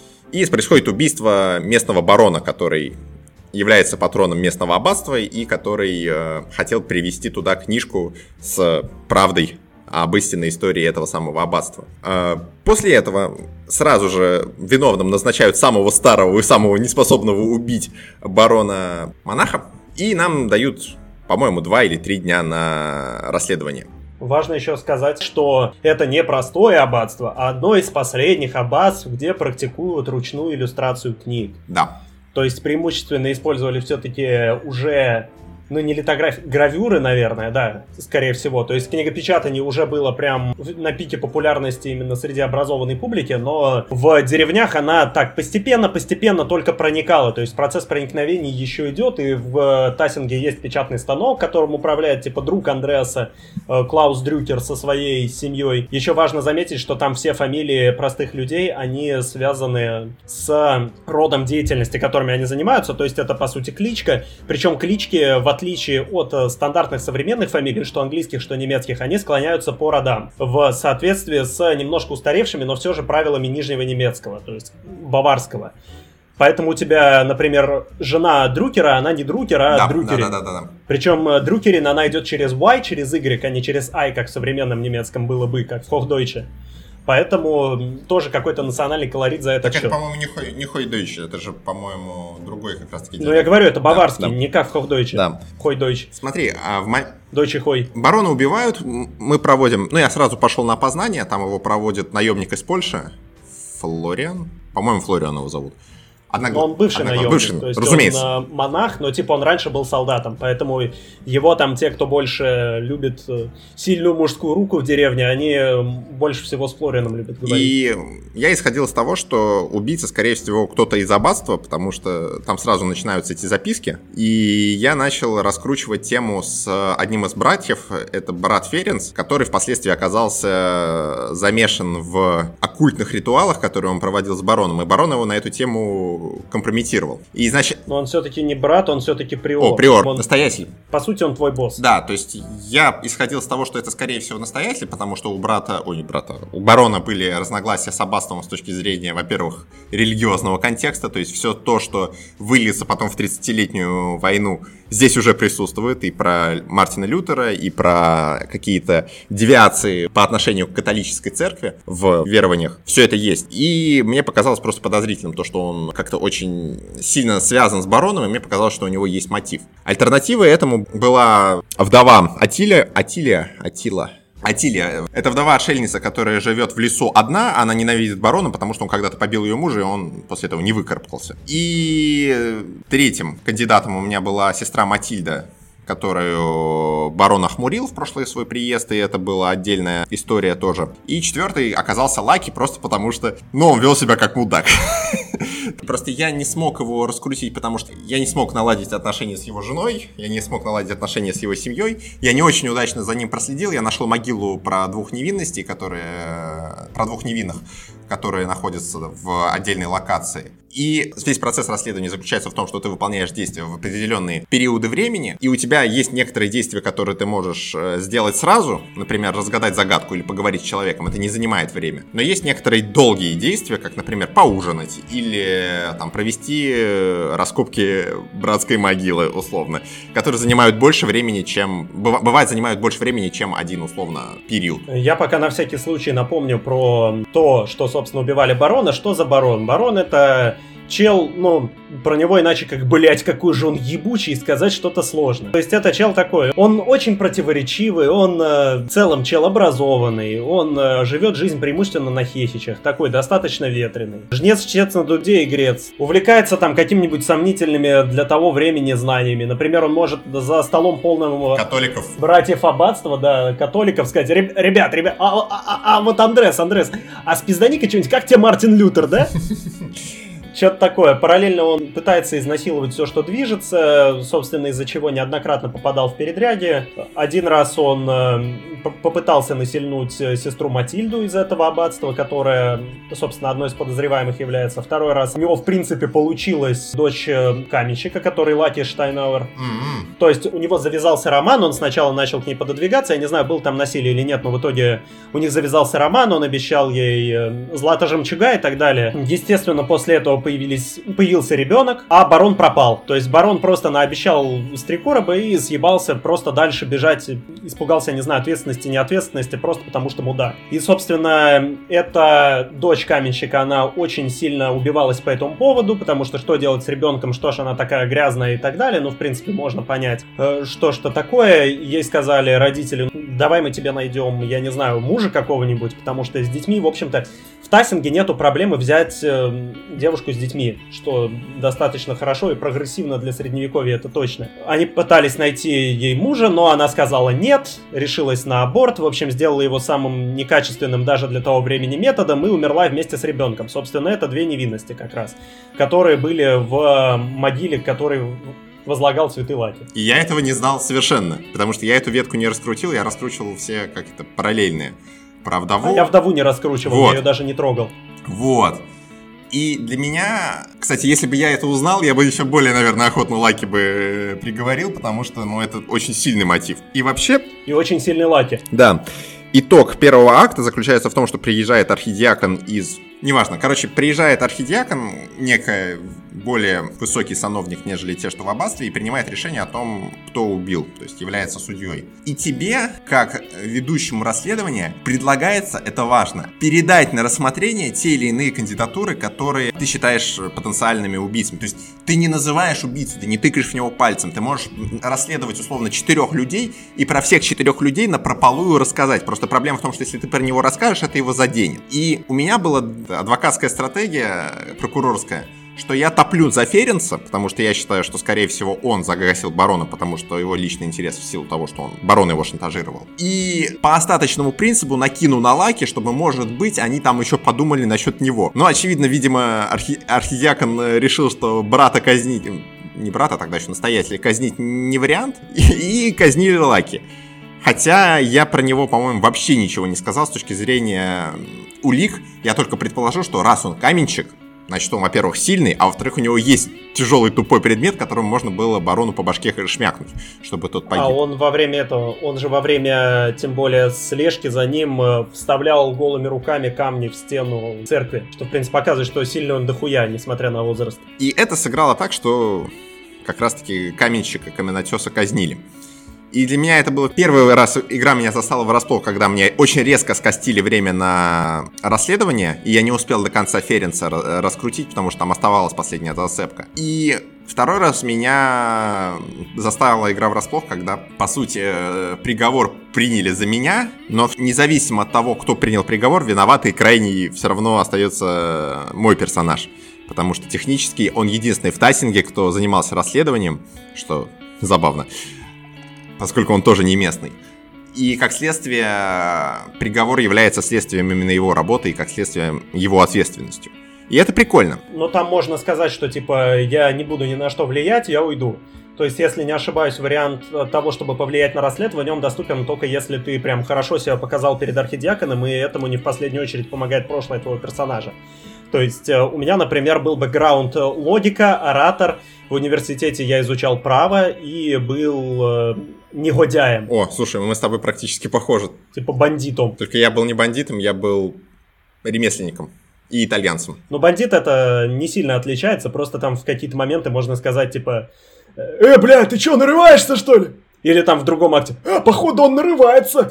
И происходит убийство местного барона, который является патроном местного аббатства и который э, хотел привезти туда книжку с правдой об истинной истории этого самого аббатства. Э, после этого сразу же виновным назначают самого старого и самого неспособного убить барона-монаха, и нам дают, по-моему, два или три дня на расследование. Важно еще сказать, что это не простое аббатство, а одно из последних аббатств, где практикуют ручную иллюстрацию книг. Да. То есть преимущественно использовали все-таки уже, ну не литографии, гравюры, наверное, да, скорее всего. То есть книгопечатание уже было прям на пике популярности именно среди образованной публики, но в деревнях она так постепенно-постепенно только проникала. То есть процесс проникновения еще идет, и в Тассинге есть печатный станок, которым управляет типа друг Андреаса, Клаус Дрюкер со своей семьей. Еще важно заметить, что там все фамилии простых людей, они связаны с родом деятельности, которыми они занимаются. То есть это по сути кличка, причем клички в отличие от стандартных современных фамилий, что английских, что немецких, они склоняются по родам в соответствии с немножко устаревшими, но все же правилами нижнего немецкого, то есть баварского. Поэтому у тебя, например, жена Дрюкера, она не Дрюкер, а да, Дрюкерин. Да, да, да, да. Причем Дрюкерин, она идет через Y, через Y, а не через I, как в современном немецком было бы, как в Hochdeutsche. Поэтому тоже какой-то национальный колорит за это. Так это, по-моему, не Хойдойч, это же, по-моему, другой как раз-таки. Ну, я говорю, это баварский, да, да. не как в Хойдойче. Да. Хойдойч. Смотри, а в ма... Дойче Хой. Барона убивают, мы проводим... Ну, я сразу пошел на опознание, там его проводит наемник из Польши, Флориан, по-моему, Флориан его зовут. Одногла... Но он бывший Одногла... наемник, бывший, то есть разумеется. он э, монах, но типа он раньше был солдатом, поэтому его там те, кто больше любит э, сильную мужскую руку в деревне, они больше всего с Флорианом любят говорить. И я исходил из того, что убийца, скорее всего, кто-то из аббатства, потому что там сразу начинаются эти записки, и я начал раскручивать тему с одним из братьев, это брат Ференс, который впоследствии оказался замешан в оккультных ритуалах, которые он проводил с бароном, и барон его на эту тему компрометировал. И, значит... Но он все-таки не брат, он все-таки приор. О, приор, он... настоятель. По сути, он твой босс. Да, то есть я исходил из того, что это, скорее всего, настоятель, потому что у брата, ой, не брата, у барона были разногласия с аббатством с точки зрения, во-первых, религиозного контекста, то есть все то, что выльется потом в тридцатилетнюю войну, здесь уже присутствует, и про Мартина Лютера, и про какие-то девиации по отношению к католической церкви в верованиях. Все это есть. И мне показалось просто подозрительным то, что он как-то очень сильно связан с бароном, и мне показалось, что у него есть мотив. Альтернативой этому была вдова Атилия, Атилия, Атила. Атилия. Это вдова-отшельница, которая живет в лесу одна, она ненавидит барона, потому что он когда-то побил ее мужа, и он после этого не выкарабкался. И третьим кандидатом у меня была сестра Матильда, которую барон охмурил в прошлый свой приезд, и это была отдельная история тоже. И четвертый оказался Лаки, просто потому что, ну, он вел себя как мудак. Просто я не смог его раскрутить, потому что я не смог наладить отношения с его женой, я не смог наладить отношения с его семьей, я не очень удачно за ним проследил, я нашел могилу про двух невинностей, которые... про двух невинных, которые находятся в отдельной локации. И весь процесс расследования заключается в том, что ты выполняешь действия в определенные периоды времени, и у тебя есть некоторые действия, которые ты можешь сделать сразу, например, разгадать загадку или поговорить с человеком, это не занимает время. Но есть некоторые долгие действия, как, например, поужинать или там провести раскопки братской могилы, условно, которые занимают больше времени, чем... Бывает, занимают больше времени, чем один, условно, период. Я пока на всякий случай напомню про то, что, собственно, убивали барона. Что за барон? Барон — это... чел, ну, про него иначе как, блять, какой же он ебучий, сказать что-то сложно. То есть это чел такой, он очень противоречивый, он э, в целом чел образованный, он э, живет жизнь преимущественно на хехичах, такой достаточно ветреный. Жнец, чтец на дуде и грец. Увлекается там какими-нибудь сомнительными для того времени знаниями. Например, он может за столом полным католиков, братьев аббатства, да, католиков сказать: ребят, ребят, а, а, а, а вот Андрес, Андрес, а спизданик-ка что-нибудь, как тебе Мартин Лютер, да? Что-то такое. Параллельно он пытается изнасиловать все, что движется, собственно, из-за чего неоднократно попадал в передряги. Один раз он э, попытался насильнуть сестру Матильду из этого аббатства, которая, собственно, одной из подозреваемых является. Второй раз у него, в принципе, получилась дочь каменщика, который Лаки Штайнауэр. Mm-hmm. То есть у него завязался роман, он сначала начал к ней пододвигаться, я не знаю, был там насилие или нет, но в итоге у них завязался роман, он обещал ей злато жемчуга и так далее. Естественно, после этого Появились, появился ребенок, а барон пропал. То есть барон просто наобещал с три короба и съебался просто дальше бежать. Испугался, не знаю, ответственности, неответственности, просто потому что мудак. И, собственно, эта дочь каменщика, она очень сильно убивалась по этому поводу, потому что что делать с ребенком, что ж она такая грязная и так далее. Ну, в принципе, можно понять, что что такое. Ей сказали родители: давай мы тебе найдем, я не знаю, мужа какого-нибудь, потому что с детьми, в общем-то, в Тассинге нету проблемы взять э, девушку с детьми, что достаточно хорошо и прогрессивно для средневековья, это точно. Они пытались найти ей мужа, но она сказала нет, решилась на аборт, в общем, сделала его самым некачественным даже для того времени методом и умерла вместе с ребенком. Собственно, это две невинности как раз, которые были в могиле, который возлагал цветы Лаки. И я этого не знал совершенно, потому что я эту ветку не раскрутил, я раскручивал все как-то параллельные. Про вдову. А я вдову не раскручивал, вот. Я ее даже не трогал. Вот. И для меня, кстати, если бы я это узнал, я бы еще более, наверное, охотно Лаки бы приговорил, потому что, ну, это очень сильный мотив. И вообще... И очень сильный Лаки. Да. Итог первого акта заключается в том, что приезжает архидиакон из... Неважно, короче, приезжает архидиакон, некий более высокий сановник, нежели те, что в аббатстве, и принимает решение о том, кто убил, то есть является судьей. И тебе, как ведущему расследования, предлагается, это важно, передать на рассмотрение те или иные кандидатуры, которые ты считаешь потенциальными убийцами. То есть ты не называешь убийцу, ты не тыкаешь в него пальцем, ты можешь расследовать условно четырех людей и про всех четырех людей напропалую рассказать. Просто проблема в том, что если ты про него расскажешь, это его заденет. И у меня была адвокатская стратегия, прокурорская, что я топлю за Ференса, потому что я считаю, что, скорее всего, он загасил барона, потому что его личный интерес в силу того, что он барон его шантажировал. И по остаточному принципу накину на Лаки, чтобы, может быть, они там еще подумали насчет него. Но, очевидно, видимо, архи... архидиакон решил, что брата казнить... Не брата, тогда еще настоятеля, казнить не вариант, и, и казнили Лаки. Хотя я про него, по-моему, вообще ничего не сказал с точки зрения улик. Я только предположил, что раз он каменщик, значит, он, во-первых, сильный, а во-вторых, у него есть тяжелый тупой предмет, которым можно было барону по башке шмякнуть, чтобы тот погиб. А он во время этого, он же во время, тем более, слежки за ним вставлял голыми руками камни в стену церкви, что, в принципе, показывает, что сильный он дохуя, несмотря на возраст. И это сыграло так, что как раз-таки каменщика, каменотеса казнили. И для меня это было первый раз, игра меня застала врасплох, когда мне очень резко скостили время на расследование, и я не успел до конца Ференса раскрутить, потому что там оставалась последняя зацепка. И второй раз меня заставила игра врасплох, когда, по сути, приговор приняли за меня, но независимо от того, кто принял приговор, виноватый крайний все равно остается мой персонаж. Потому что технически он единственный в Тайсинге, кто занимался расследованием, что забавно, поскольку он тоже не местный. И, как следствие, приговор является следствием именно его работы и, как следствие, его ответственностью. И это прикольно. Но там можно сказать, что, типа, я не буду ни на что влиять, я уйду. То есть, если не ошибаюсь, вариант того, чтобы повлиять на расследование, он доступен только если ты прям хорошо себя показал перед архидиаконом, и этому не в последнюю очередь помогает прошлое твоего персонажа. То есть у меня, например, был бэкграунд логика, оратор. В университете я изучал право и был э, негодяем. О, слушай, мы с тобой практически похожи. Типа бандитом. Только я был не бандитом, я был ремесленником и итальянцем. Но бандит это не сильно отличается, просто там в какие-то моменты можно сказать, типа... Э, бля, ты чё, нарываешься, что ли? Или там в другом акте. А, походу он нарывается.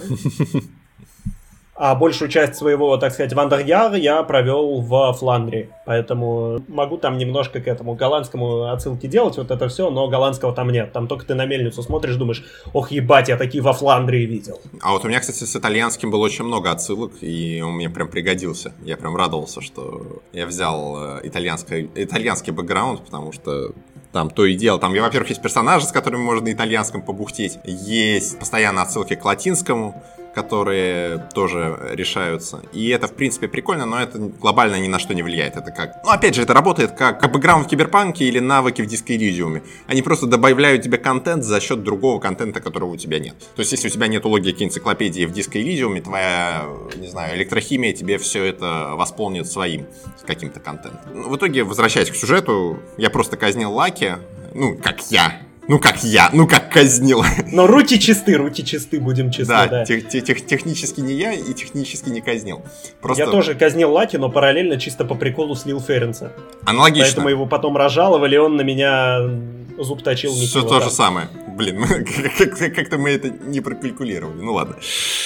А большую часть своего, так сказать, Вандеряра я провел в Фландрии. Поэтому могу там немножко к этому голландскому отсылки делать, вот это все, но голландского там нет. Там только ты на мельницу смотришь, думаешь, ох, ебать, я такие во Фландрии видел. А вот у меня, кстати, с итальянским было очень много отсылок, и он мне прям пригодился. Я прям радовался, что я взял итальянский, итальянский бэкграунд, потому что... Там то и дело. Там, во-первых, есть персонажи, с которыми можно на итальянском побухтеть. Есть постоянно отсылки к латинскому, которые тоже решаются. И это, в принципе, прикольно, но это глобально ни на что не влияет. Это как... Ну, опять же, это работает как, как бэкграунд в Киберпанке или навыки в Disco Elysium. Они просто добавляют тебе контент за счет другого контента, которого у тебя нет. То есть, если у тебя нет логики энциклопедии в Disco Elysium, твоя, не знаю, электрохимия тебе все это восполнит своим каким-то контентом. В итоге, возвращаясь к сюжету, я просто казнил Лаки. Ну, как я. Ну, как я, ну, как казнил. Но руки чисты, руки чисты, будем честны, да. Да, тех, тех, технически не я и технически не казнил. Просто... Я тоже казнил Лаки, но параллельно чисто по приколу слил Ференса. Аналогично. Поэтому его потом разжаловали, он на меня зуб точил. Все то же самое. Блин, как-то мы это не прокалькулировали, ну ладно.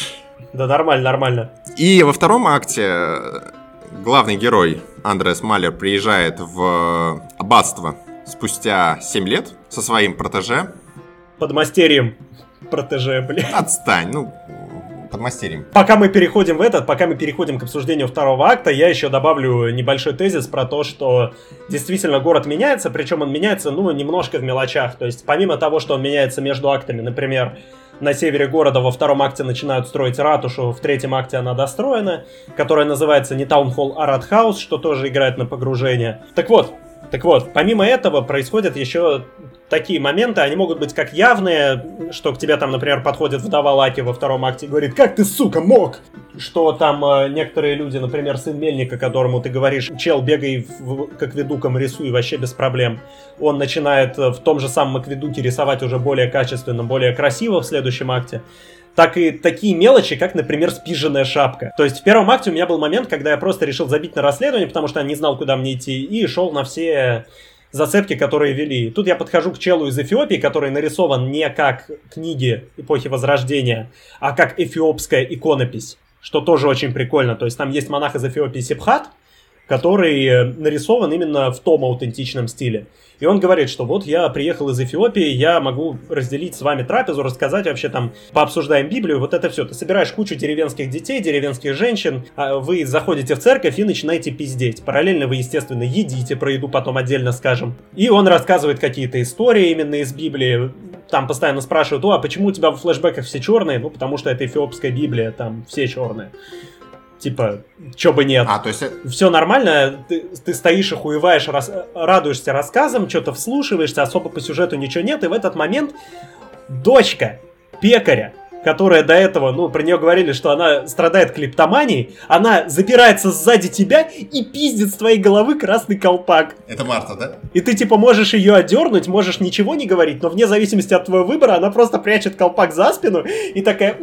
Да нормально, нормально. И во втором акте главный герой Андреас Малер приезжает в аббатство спустя семь лет со своим протеже. Подмастерьем протеже, блин. Отстань, ну, подмастерьем. Пока мы переходим в этот, пока мы переходим к обсуждению второго акта, я еще добавлю небольшой тезис про то, что действительно город меняется, причем он меняется, ну, немножко в мелочах. То есть, помимо того, что он меняется между актами, например, на севере города во втором акте начинают строить ратушу, в третьем акте она достроена, которая называется не Таунхолл, а Ратхаус, что тоже играет на погружение. Так вот, Так вот, помимо этого происходят еще такие моменты, они могут быть как явные, что к тебе там, например, подходит вдова Лаки во втором акте и говорит, как ты, сука, мог? Что там э, некоторые люди, например, сын Мельника, которому ты говоришь, чел, бегай в, к акведукам, рисуй, вообще без проблем. Он начинает в том же самом акведуке рисовать уже более качественно, более красиво в следующем акте. Так и такие мелочи, как, например, спиженная шапка. То есть в первом акте у меня был момент, когда я просто решил забить на расследование, потому что я не знал, куда мне идти, и шел на все зацепки, которые вели. Тут я подхожу к челу из Эфиопии, который нарисован не как книги эпохи Возрождения, а как эфиопская иконопись, что тоже очень прикольно. То есть там есть монах из Эфиопии Сибхат, который нарисован именно в том аутентичном стиле. И он говорит, что вот я приехал из Эфиопии, я могу разделить с вами трапезу, рассказать вообще там, пообсуждаем Библию, вот это все. Ты собираешь кучу деревенских детей, деревенских женщин, вы заходите в церковь и начинаете пиздеть. Параллельно вы, естественно, едите, про еду потом отдельно скажем. И он рассказывает какие-то истории именно из Библии. Там постоянно спрашивают, о, а почему у тебя в флешбеках все черные? Ну, потому что это эфиопская Библия, там все черные. Типа, чё бы нет. А, то есть... Все нормально, ты, ты стоишь, охуеваешь, рас, радуешься рассказам, что-то вслушиваешься, особо по сюжету ничего нет, и в этот момент дочка пекаря, которая до этого, ну, про нее говорили, что она страдает клептоманией, она забирается сзади тебя и пиздит с твоей головы красный колпак. Это Марта, да? И ты, типа, можешь ее одернуть, можешь ничего не говорить, но вне зависимости от твоего выбора, она просто прячет колпак за спину и такая...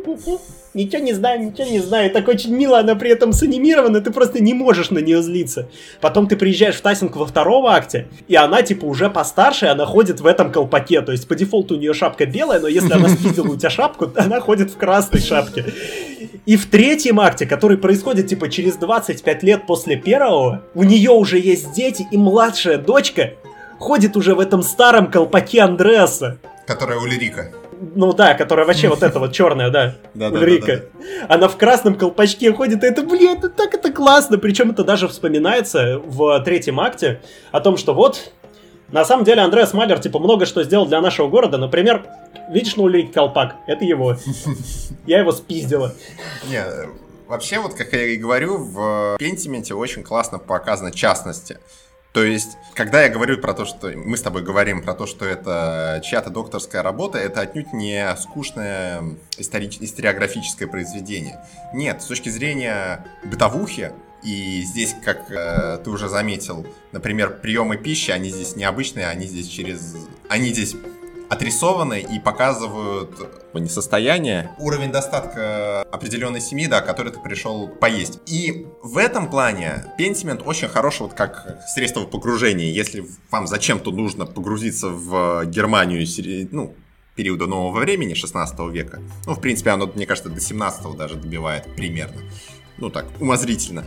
Ничего не знаю, ничего не знаю. И так очень мило она при этом санимирована, ты просто не можешь на нее злиться. Потом ты приезжаешь в Тасинг во втором акте, и она, типа, уже постарше, она ходит в этом колпаке. То есть, по дефолту у нее шапка белая, но если она спиздила у тебя шапку, она ходит в красной шапке. И в третьем акте, который происходит, типа, через двадцать пять лет после первого, у нее уже есть дети, и младшая дочка ходит уже в этом старом колпаке Андреаса. Которая Ульрика. Ну да, которая вообще вот эта вот черная, да, Ульрика. Она в красном колпачке ходит, и это, блин, это так это классно. Причем это даже вспоминается в третьем акте о том, что вот, на самом деле Андреас Малер, типа, много что сделал для нашего города. Например, видишь на Ульрике колпак? Это его. Я его спиздила. Не, вообще, вот как я и говорю, в Пентименте очень классно показаны частности. То есть, когда я говорю про то, что мы с тобой говорим про то, что это чья-то докторская работа, это отнюдь не скучное историч... историографическое произведение. Нет, с точки зрения бытовухи, и здесь, как э, ты уже заметил, например, приемы пищи, они здесь необычные, они здесь через... Они здесь отрисованы и показывают не состояние, уровень достатка определенной семьи, да, которой ты пришел поесть. И в этом плане Pentiment очень хороший вот как средство погружения. Если вам зачем-то нужно погрузиться в Германию, ну, периода нового времени, шестнадцатого века, ну, в принципе, оно, мне кажется, до семнадцатого даже добивает примерно, ну, так, умозрительно,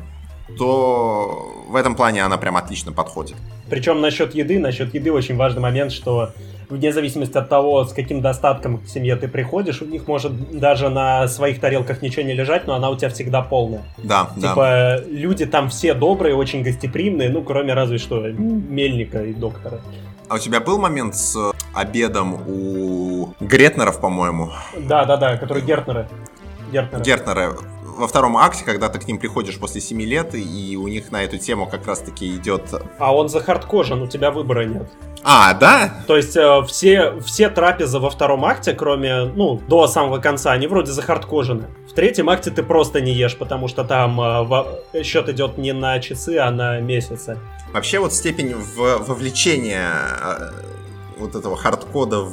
то в этом плане она прям отлично подходит. Причем насчет еды, насчет еды очень важный момент, что вне зависимости от того, с каким достатком к семье ты приходишь, у них может даже на своих тарелках ничего не лежать, но она у тебя всегда полная. Да, типа, да. Люди там все добрые, очень гостеприимные, ну, кроме разве что Мельника и доктора. А у тебя был момент с обедом у Гретнеров, по-моему? Да-да-да, которые Гертнеры. Гертнеры. Гертнеры. Во втором акте, когда ты к ним приходишь после семи лет, и у них на эту тему как раз-таки идет... А он захардкожен, у тебя выбора нет. А, да? То есть э, все, все трапезы во втором акте, кроме, ну, до самого конца, они вроде захардкожены. В третьем акте ты просто не ешь, потому что там э, во... счет идет не на часы, а на месяцы. Вообще вот степень в... вовлечения э, вот этого хардкода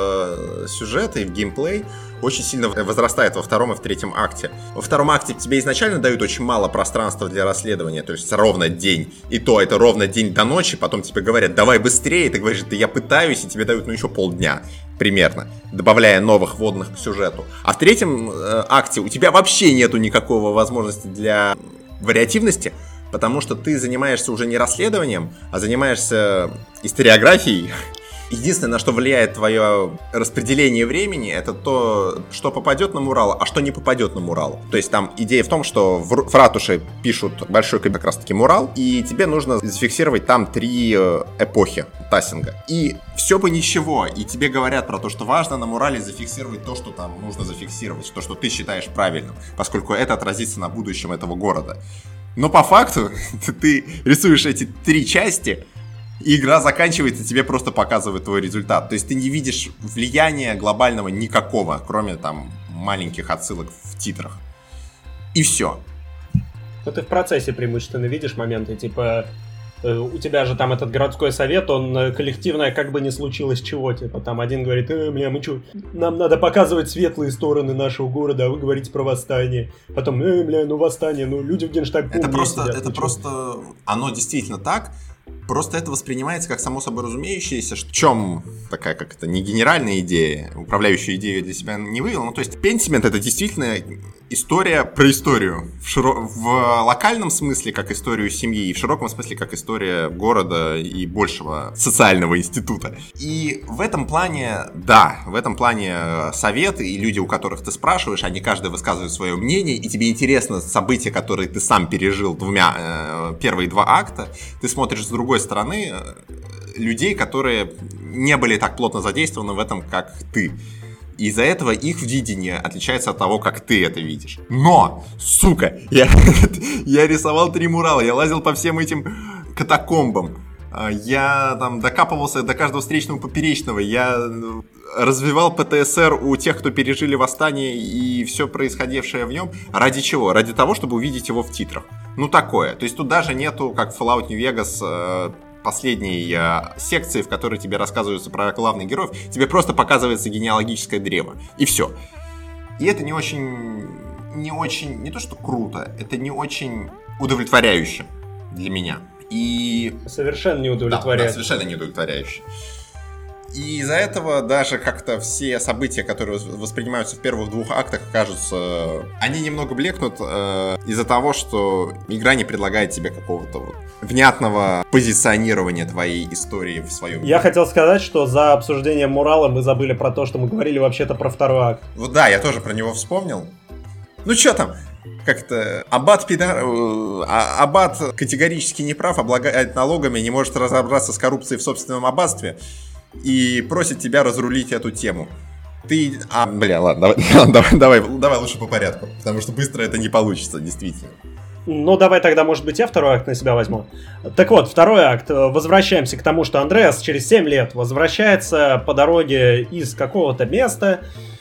в э, сюжет и в геймплей очень сильно возрастает во втором и в третьем акте. Во втором акте тебе изначально дают очень мало пространства для расследования, то есть ровно день, и то это ровно день до ночи, потом тебе говорят, давай быстрее, и ты говоришь, да я пытаюсь, и тебе дают, ну, еще полдня, примерно, добавляя новых вводных к сюжету. А в третьем э, акте у тебя вообще нету никакого возможности для вариативности, потому что ты занимаешься уже не расследованием, а занимаешься историографией. Единственное, на что влияет твое распределение времени, это то, что попадет на мурал, а что не попадет на мурал. То есть там идея в том, что в ратуше пишут большой как раз таки мурал, и тебе нужно зафиксировать там три эпохи Тасинга. И все бы ничего, и тебе говорят про то, что важно на мурале зафиксировать то, что там нужно зафиксировать, то, что ты считаешь правильным, поскольку это отразится на будущем этого города. Но по факту ты рисуешь эти три части, и игра заканчивается, тебе просто показывает твой результат. То есть ты не видишь влияния глобального никакого, кроме там маленьких отсылок в титрах. И все. Ну ты в процессе преимущественно видишь моменты, типа у тебя же там этот городской совет, он коллективное как бы не случилось чего, типа там один говорит, э, бля, мы чё, нам надо показывать светлые стороны нашего города, а вы говорите про восстание. Потом, э, бля, ну восстание, ну люди в Генштабе это просто, сидят, это просто, оно действительно так. Просто это воспринимается как само собой разумеющееся, в чем такая, как это, не генеральная идея, управляющую идею для себя не вывел. Ну, то есть, Pentiment — это действительно история про историю. В, широ... в локальном смысле, как историю семьи, и в широком смысле, как история города и большего социального института. И в этом плане, да, в этом плане советы и люди, у которых ты спрашиваешь, они каждый высказывают свое мнение, и тебе интересно события, которые ты сам пережил двумя, э, первые два акта, ты смотришь с другой стороны людей, которые не были так плотно задействованы в этом, как ты. И из-за этого их видение отличается от того, как ты это видишь. Но, сука, я, я рисовал три мурала, я лазил по всем этим катакомбам, я там докапывался до каждого встречного поперечного, я развивал ПТСР у тех, кто пережили восстание и все происходившее в нем. Ради чего? Ради того, чтобы увидеть его в титрах. Ну, такое. То есть тут даже нету, как в Fallout New Vegas, последней секции, в которой тебе рассказывается про главных героев, тебе просто показывается генеалогическое древо. И все. И это не очень... Не очень... Не то, что круто, это не очень удовлетворяюще для меня. И... Совершенно не удовлетворяюще. Да, да, совершенно не удовлетворяюще. И из-за этого даже как-то все события, которые воспринимаются в первых двух актах, кажутся... Они немного блекнут э, из-за того, что игра не предлагает тебе какого-то вот внятного позиционирования твоей истории в своем мире. Я хотел сказать, что за обсуждением Мурала мы забыли про то, что мы говорили вообще-то про второй акт. Вот да, я тоже про него вспомнил. Ну что там? Как-то Аббат пидар... Аббат категорически не прав, облагает налогами, не может разобраться с коррупцией в собственном аббатстве и просит тебя разрулить эту тему. Ты... А, бля, ладно, давай, давай, давай, давай лучше по порядку, потому что быстро это не получится, действительно. Ну, давай тогда, может быть, я второй акт на себя возьму. Так вот, второй акт. Возвращаемся к тому, что Андреас через семь лет возвращается по дороге из какого-то места.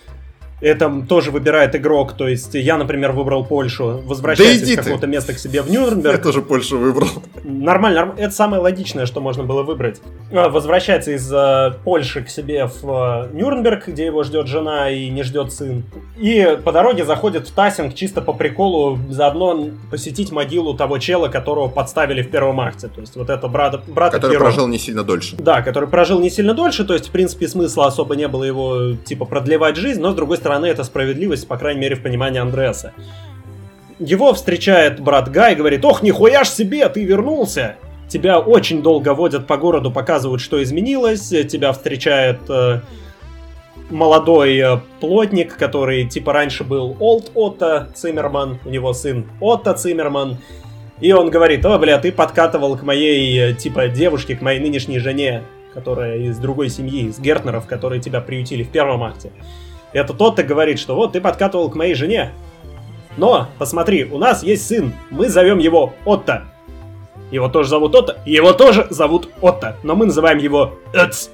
Это тоже выбирает игрок, то есть я, например, выбрал Польшу, возвращаюсь да из какого-то места к себе в Нюрнберг. Я тоже Польшу выбрал. Нормально, нормально, это самое логичное, что можно было выбрать. Возвращается из э, Польши к себе в э, Нюрнберг, где его ждет жена и не ждет сын. И по дороге заходит в Тассинг чисто по приколу, заодно посетить могилу того чела, которого подставили в первом акте. То есть вот это брат, брат который Пьеро. Прожил не сильно дольше. Да, который прожил не сильно дольше, то есть в принципе смысла особо не было его типа продлевать жизнь, но с другой стороны это справедливость, по крайней мере, в понимании Андреаса. Его встречает брат Гай и говорит: ох, нихуя ж себе, ты вернулся! Тебя очень долго водят по городу, показывают, что изменилось. Тебя встречает э, молодой э, плотник, который типа раньше был Олд Отто Циммерман, у него сын Отто Циммерман. И он говорит: о, бля, ты подкатывал к моей, типа, девушке, к моей нынешней жене, которая из другой семьи, из Гертнеров, которые тебя приютили в первом акте. Это тот-то говорит, что вот, ты подкатывал к моей жене. Но, посмотри, у нас есть сын, мы зовем его Отто. Его тоже зовут Отто, его тоже зовут Отто, но мы называем его Эц.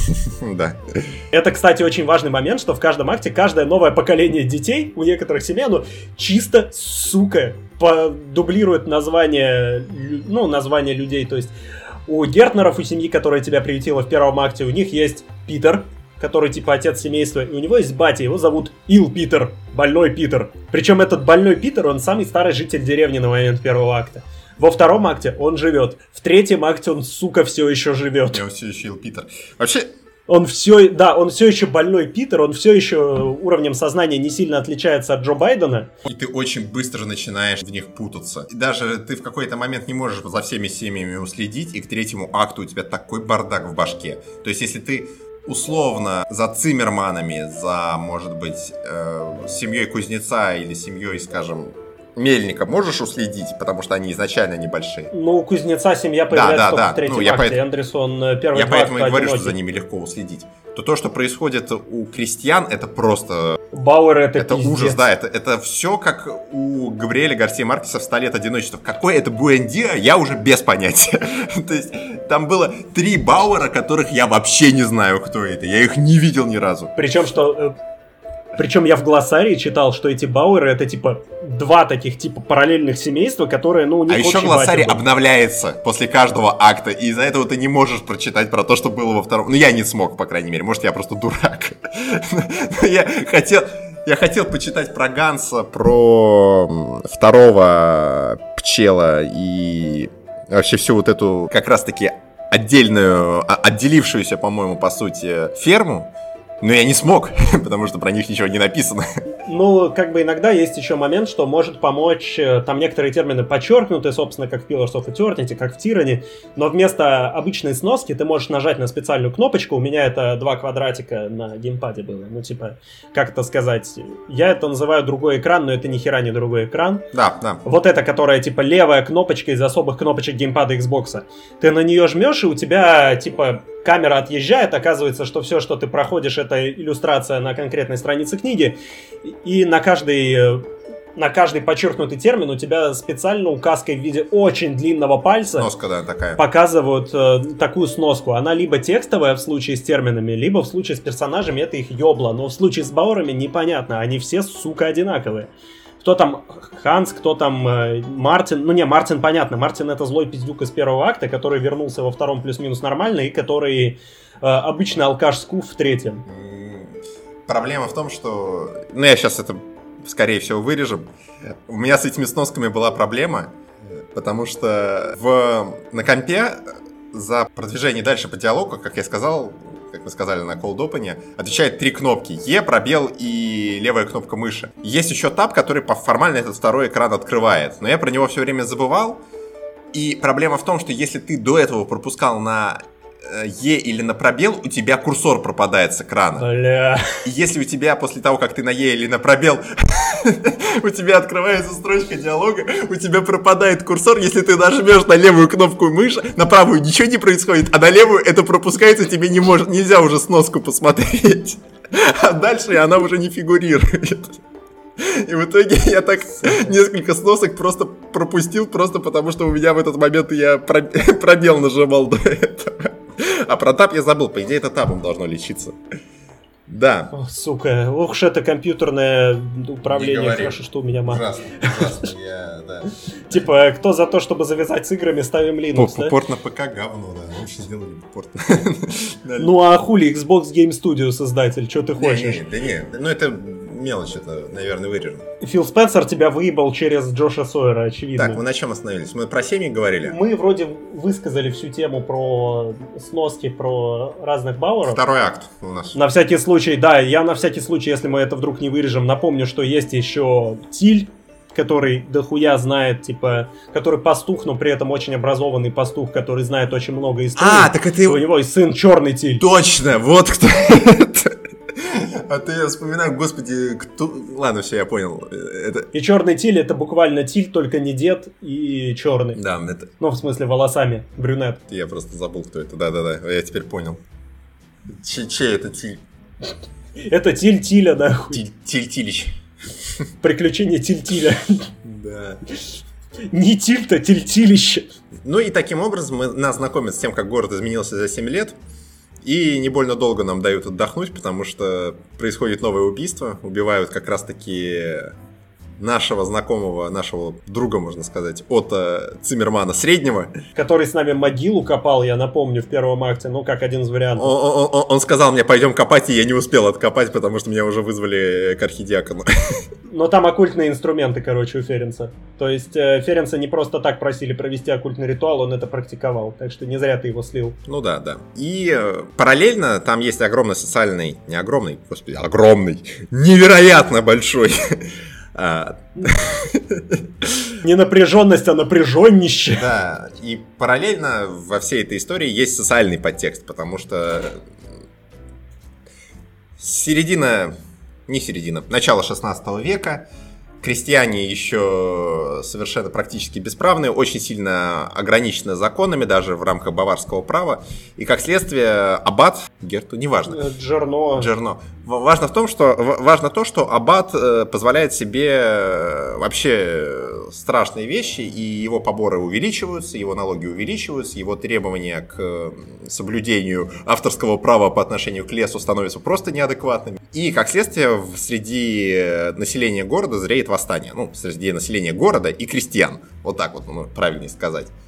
Да. Это, кстати, очень важный момент, что в каждом акте каждое новое поколение детей у некоторых семей, оно чисто, сука, дублирует название, ну, название людей. То есть у Гертнеров, у семьи, которая тебя приютила в первом акте, у них есть Питер, который типа отец семейства, и у него есть батя, его зовут Ил Питер, больной Питер. Причем этот больной Питер, он самый старый житель деревни на момент первого акта. Во втором акте он живет, в третьем акте он, сука, все еще живет. Я все еще Ил Питер. Вообще... Он все, да, он все еще больной Питер, он все еще уровнем сознания не сильно отличается от Джо Байдена. И ты очень быстро начинаешь в них путаться. И даже ты в какой-то момент не можешь за всеми семьями уследить, и к третьему акту у тебя такой бардак в башке. То есть если ты условно за Циммерманами, за, может быть, э, семьей кузнеца или семьей, скажем, Мельника можешь уследить, потому что они изначально небольшие. Ну, у кузнеца семья появляется да, да, только да. в третьем ну, я акте. поэт... Андерсон первый Я поэтому и говорю, одинокий. что за ними легко уследить. То то, что происходит у крестьян, это просто... Бауэр это Это пиздец. ужас, да. Это, это все как у Габриэля Гарсия Маркеса в «Сто лет одиночества». Какой это Буэндиа, я уже без понятия. То есть там было три Бауэра, которых я вообще не знаю, кто это. Я их не видел ни разу. Причем, что... Причем я в глоссарии читал, что эти Бауэры это типа два таких типа параллельных семейства, которые, ну, у них А еще глоссарий обновляется после каждого акта, и из-за этого ты не можешь прочитать про то, что было во втором. Ну, я не смог, по крайней мере. Может, я просто дурак. Я хотел... Я хотел почитать про Ганса, про второго пчела и вообще всю вот эту как раз-таки отдельную, отделившуюся, по-моему, по сути, ферму, но я не смог, потому что про них ничего не написано. Ну, как бы иногда есть еще момент, что может помочь, там некоторые термины подчеркнуты, собственно, как в Pillars of Eternity, как в Tyranny, но вместо обычной сноски ты можешь нажать на специальную кнопочку, у меня это два квадратика на геймпаде было, ну, типа, как это сказать, я это называю другой экран, но это ни хера не другой экран. Да, да. Вот эта, которая, типа, левая кнопочка из особых кнопочек геймпада Xbox, ты на нее жмешь, и у тебя, типа, камера отъезжает, оказывается, что все, что ты проходишь, это иллюстрация на конкретной странице книги, и на каждый, на каждый подчеркнутый термин у тебя специально указкой в виде очень длинного пальца Сноска, да, такая. показывают э, такую сноску. Она либо текстовая в случае с терминами, либо в случае с персонажами это их ёбло, но в случае с баурами непонятно, они все, сука, одинаковые. Кто там Ханс, кто там э, Мартин. Ну не, Мартин понятно. Мартин это злой пиздюк из первого акта, который вернулся во втором плюс-минус нормально, и который э, обычный алкаш Скуф в третьем. Проблема в том, что... Ну я сейчас это, скорее всего, вырежем. У меня с этими сносками была проблема, потому что в... на компе за продвижение дальше по диалогу, как я сказал, как мы сказали на Cold Open, отвечает три кнопки. Е, пробел и левая кнопка мыши. Есть еще таб, который формально этот второй экран открывает. Но я про него все время забывал. И проблема в том, что если ты до этого пропускал на Е или на пробел, у тебя курсор пропадает с экрана. Бля. И если у тебя после того, как ты на Е или на пробел, у тебя открывается строчка диалога, у тебя пропадает курсор, если ты нажмешь на левую кнопку мыши, на правую ничего не происходит, а на левую это пропускается, тебе не может, нельзя уже сноску посмотреть. А дальше она уже не фигурирует. И в итоге я так несколько сносок просто пропустил, просто потому что у меня в этот момент я пробел нажимал до этого. А про таб я забыл, по идее это табом должно лечиться. Да. О, сука, ох уж это компьютерное управление, хорошо, что у меня мат. Ужасно, ужасно, я, да. Типа, кто за то, чтобы завязать с играми, ставим Linux, да? Порт на ПК говно, да, лучше сделали порт. Ну а хули, Xbox Game Studio создатель, что ты хочешь? Да не, ну это мелочь, это, наверное, вырежем. Фил Спенсер тебя выебал через Джоша Сойера, очевидно. Так, мы на чем остановились? Мы про семьи говорили? Мы вроде высказали всю тему про сноски, про разных бауэров. Второй акт у нас. На всякий случай, да, я на всякий случай, если мы это вдруг не вырежем, напомню, что есть еще Тиль, который дохуя знает, типа, который пастух, но при этом очень образованный пастух, который знает очень много историй. А, так это у него и сын черный Тиль. Точно, вот кто это. А то я вспоминаю, господи, кто... Ладно, все, я понял. Это... И черный Тиль это буквально Тиль, только не дед и черный. Да, это... Ну, в смысле, волосами, брюнет. Я просто забыл, кто это. Да-да-да, я теперь понял. Ч- чей это Тиль? Это Тиль Тиля, нахуй. Тиль Тилич. Приключения Тиль Тиля. Да. Не Тиль-то, Тиль Тилище. Ну и таким образом мы, нас знакомят с тем, как город изменился за семь лет. И не больно долго нам дают отдохнуть, потому что происходит новое убийство. Убивают как раз-таки нашего знакомого, нашего друга, можно сказать, Отто Циммермана среднего. Который с нами могилу копал, я напомню, в первом акте, ну, как один из вариантов. Он, он, он сказал мне, пойдем копать, и я не успел откопать, потому что меня уже вызвали к архидиакону. Но там оккультные инструменты, короче, у Ференца. То есть э, Ференца не просто так просили провести оккультный ритуал, он это практиковал. Так что не зря ты его слил. Ну да, да. И э, параллельно там есть огромный социальный... Не огромный, господи, огромный. Невероятно большой... Не напряженность, а напряженнище. Да, и параллельно во всей этой истории есть социальный подтекст, потому что середина, не середина, начало шестнадцатого века, крестьяне еще совершенно практически бесправные, очень сильно ограничены законами, даже в рамках баварского права. И как следствие аббат, Герту, неважно. Джерно. Джерно. Важно, в том, что, важно то, что аббат позволяет себе вообще страшные вещи, и его поборы увеличиваются, его налоги увеличиваются, его требования к соблюдению авторского права по отношению к лесу становятся просто неадекватными. И как следствие среди населения города зреет восстание. Ну, среди населения города и крестьян. Вот так вот, ну, правильнее сказать.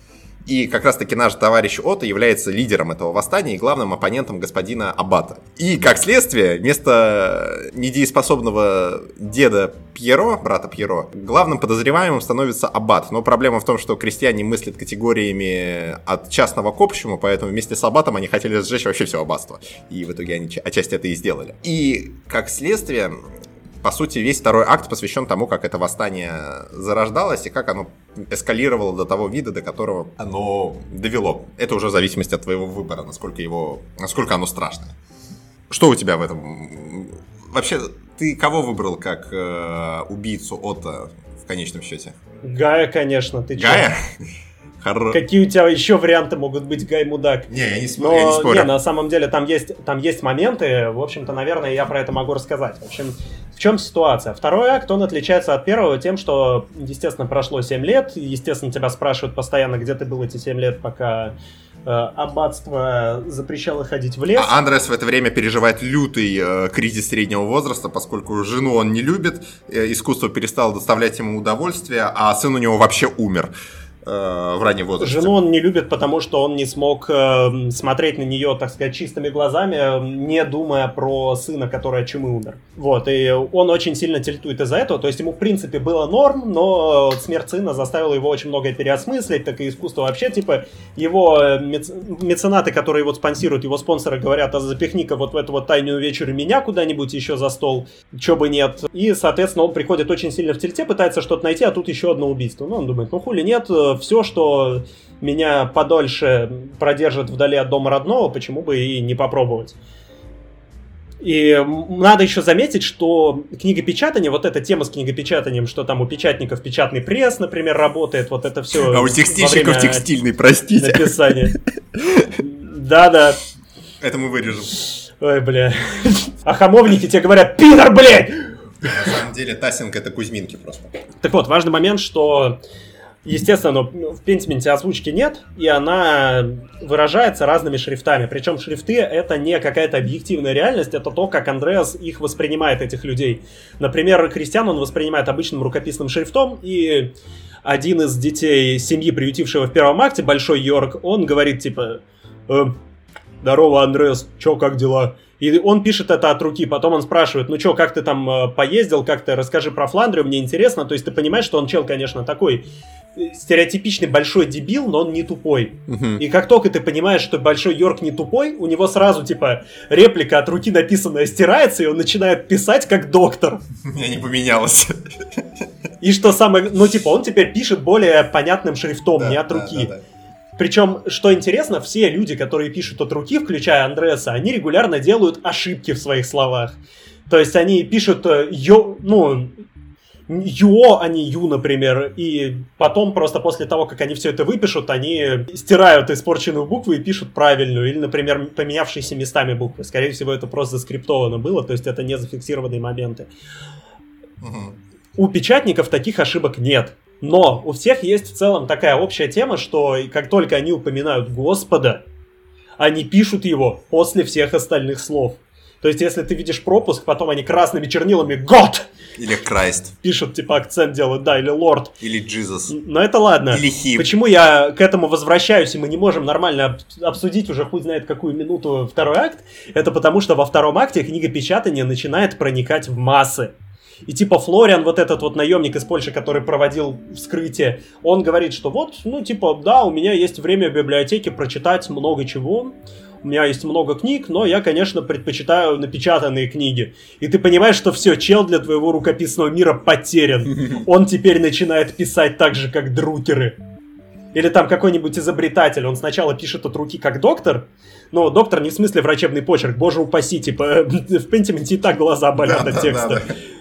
И как раз-таки наш товарищ Отто является лидером этого восстания и главным оппонентом господина Аббата. И, как следствие, вместо недееспособного деда Пьеро, брата Пьеро, главным подозреваемым становится Аббат. Но проблема в том, что крестьяне мыслят категориями от частного к общему, поэтому вместе с Аббатом они хотели сжечь вообще все аббатство. И в итоге они отчасти это и сделали. И, как следствие... По сути, весь второй акт посвящен тому, как это восстание зарождалось и как оно эскалировало до того вида, до которого оно довело. Это уже в зависимости от твоего выбора, насколько его, насколько оно страшное. Что у тебя в этом? Вообще, ты кого выбрал как э, убийцу Отто в конечном счете? Гая, конечно. Ты Гая? Хоро... Какие у тебя еще варианты могут быть, Гай мудак? Не, я не, см... Но, я не спорю. Не, на самом деле там есть, там есть моменты, в общем-то, наверное, я про это могу рассказать. В общем, в чем ситуация? Второй акт, он отличается от первого тем, что, естественно, прошло семь лет, естественно, тебя спрашивают постоянно, где ты был эти семь лет, пока э, аббатство запрещало ходить в лес. А Андреас в это время переживает лютый э, кризис среднего возраста, поскольку жену он не любит, э, искусство перестало доставлять ему удовольствие, а сын у него вообще умер. В раннем возрасте. Жену он не любит, потому что он не смог э, смотреть на нее, так сказать, чистыми глазами, не думая про сына, который от чумы умер. Вот, и он очень сильно тильтует из-за этого, то есть ему, в принципе, было норм, но смерть сына заставила его очень многое переосмыслить, так и искусство вообще, типа, его меценаты, которые его спонсируют, его спонсоры говорят, а запихни-ка вот в эту вот тайную вечерю меня куда-нибудь еще за стол, чё бы нет. И, соответственно, он приходит очень сильно в тильте, пытается что-то найти, а тут еще одно убийство. Ну, он думает, ну хули нет, все, что меня подольше продержит вдали от дома родного, почему бы и не попробовать. И надо еще заметить, что книгопечатание, вот эта тема с книгопечатанием, что там у печатников печатный пресс, например, работает, вот это все. А у текстильщиков текстильный, простите. Написание. Да-да. Это мы вырежем. Ой, бля. А хамовники тебе говорят, пидор, блядь! На самом деле Тассинг это Кузьминки просто. Так вот, важный момент, что... Естественно, в Pentiment озвучки нет, и она выражается разными шрифтами. Причем шрифты — это не какая-то объективная реальность, это то, как Андреас их воспринимает, этих людей. Например, Кристиан он воспринимает обычным рукописным шрифтом, и один из детей семьи, приютившего в первом акте, Большой Йорк, он говорит типа э, «Здорово, Андреас, чё, как дела?» И он пишет это от руки, потом он спрашивает, ну чё, как ты там э, поездил, как ты, расскажи про Фландрию, мне интересно. То есть ты понимаешь, что он чел, конечно, такой стереотипичный большой дебил, но он не тупой. Uh-huh. И как только ты понимаешь, что Большой Йорк не тупой, у него сразу, типа, реплика от руки написанная стирается, и он начинает писать как доктор. Я не поменялось. И что самое, ну типа, он теперь пишет более понятным шрифтом, да, не от руки. Да, да, да. Причем, что интересно, все люди, которые пишут от руки, включая Андреаса, они регулярно делают ошибки в своих словах. То есть они пишут «ё», ну, «ё», а не «ю», например, и потом просто после того, как они все это выпишут, они стирают испорченную букву и пишут правильную, или, например, поменявшиеся местами буквы. Скорее всего, это просто заскриптовано было, то есть это не зафиксированные моменты. Угу. У печатников таких ошибок нет. Но у всех есть в целом такая общая тема, что как только они упоминают Господа, они пишут его после всех остальных слов. То есть, если ты видишь пропуск, потом они красными чернилами «God!» Или «Christ». Пишут, типа, акцент делают, да, или «Lord». Или «Jesus». Но это ладно. Или «Him». Почему я к этому возвращаюсь, и мы не можем нормально обсудить уже хуй знает какую минуту второй акт? Это потому, что во втором акте книгопечатание начинает проникать в массы. И типа Флориан, вот этот вот наемник из Польши, который проводил вскрытие, он говорит, что вот, ну типа, да, у меня есть время в библиотеке прочитать много чего, у меня есть много книг, но я, конечно, предпочитаю напечатанные книги. И ты понимаешь, что все, чел для твоего рукописного мира потерян. Он теперь начинает писать так же, как друкеры. Или там какой-нибудь изобретатель, он сначала пишет от руки как доктор, но доктор не в смысле врачебный почерк, боже упаси, типа в Пентименте и так глаза болят от текста.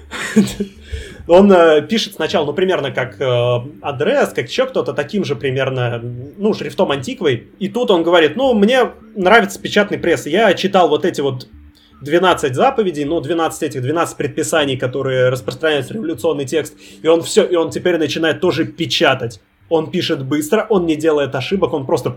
Он э, пишет сначала, ну, примерно как э, адрес, как еще кто-то, таким же примерно, ну, шрифтом антиквой. И тут он говорит, ну, мне нравится печатный пресс. Я читал вот эти вот двенадцать заповедей, ну, двенадцать этих, двенадцать предписаний, которые распространяют революционный текст. И он все, и он теперь начинает тоже печатать. Он пишет быстро, он не делает ошибок, он просто...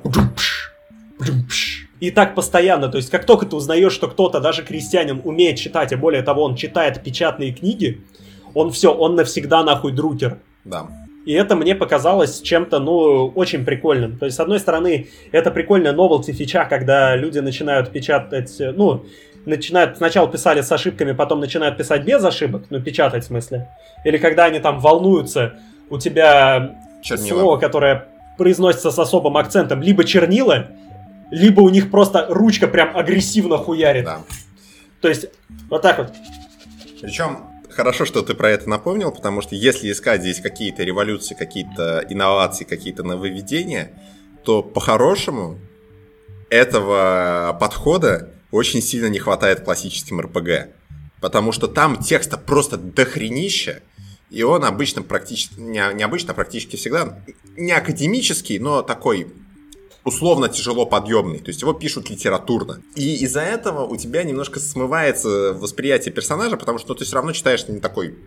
И так постоянно, то есть как только ты узнаешь, что кто-то, даже крестьянин, умеет читать, и более того, он читает печатные книги, он все, он навсегда нахуй друкер. Да. И это мне показалось чем-то, ну, очень прикольным. То есть, с одной стороны, это прикольная novelty фича, когда люди начинают печатать, ну, начинают, сначала писали с ошибками, потом начинают писать без ошибок, ну, печатать в смысле. Или когда они там волнуются, у тебя чернила. Слово, которое произносится с особым акцентом, либо чернила, либо у них просто ручка прям агрессивно хуярит. Да. То есть, вот так вот. Причем, хорошо, что ты про это напомнил, потому что если искать здесь какие-то революции, какие-то инновации, какие-то нововведения, то по-хорошему этого подхода очень сильно не хватает классическим эр пи джи. Потому что там текста просто дохренища, и он обычно практически, не, не обычно, а практически всегда не академический, но такой условно тяжело подъемный, то есть его пишут литературно. И из-за этого у тебя немножко смывается восприятие персонажа, потому что ну, ты все равно читаешь не такой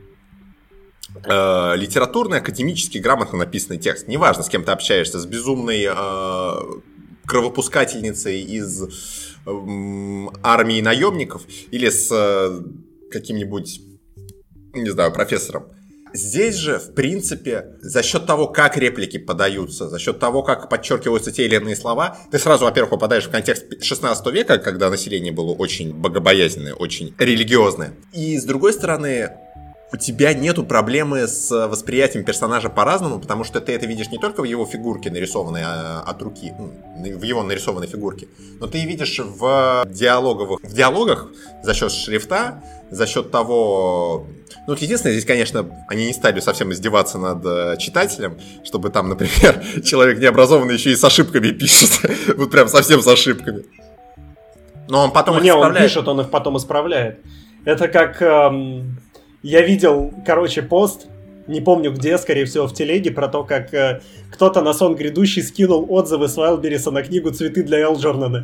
э, литературный, академический, грамотно написанный текст. Неважно, с кем ты общаешься, с безумной э, кровопускательницей из э, армии наемников или с э, каким-нибудь, не знаю, профессором. Здесь же, в принципе, за счет того, как реплики подаются, за счет того, как подчеркиваются те или иные слова, ты сразу, во-первых, попадаешь в контекст шестнадцатого века, когда население было очень богобоязненное, очень религиозное. И, с другой стороны, у тебя нету проблемы с восприятием персонажа по-разному, потому что ты это видишь не только в его фигурке, нарисованной от руки, в его нарисованной фигурке, но ты видишь в диалоговых, в диалогах за счет шрифта, за счет того... Ну, вот единственное, здесь, конечно, они не стали совсем издеваться над э, читателем, чтобы там, например, человек необразованный еще и с ошибками пишет. Вот прям совсем с ошибками. Но он потом ну, их не, исправляет. Он пишет, он их потом исправляет. Это как... Эм, я видел, короче, пост, не помню где, скорее всего, в телеге, про то, как э, кто-то на сон грядущий скинул отзывы с Вайлдберриса на книгу «Цветы для Элджернона».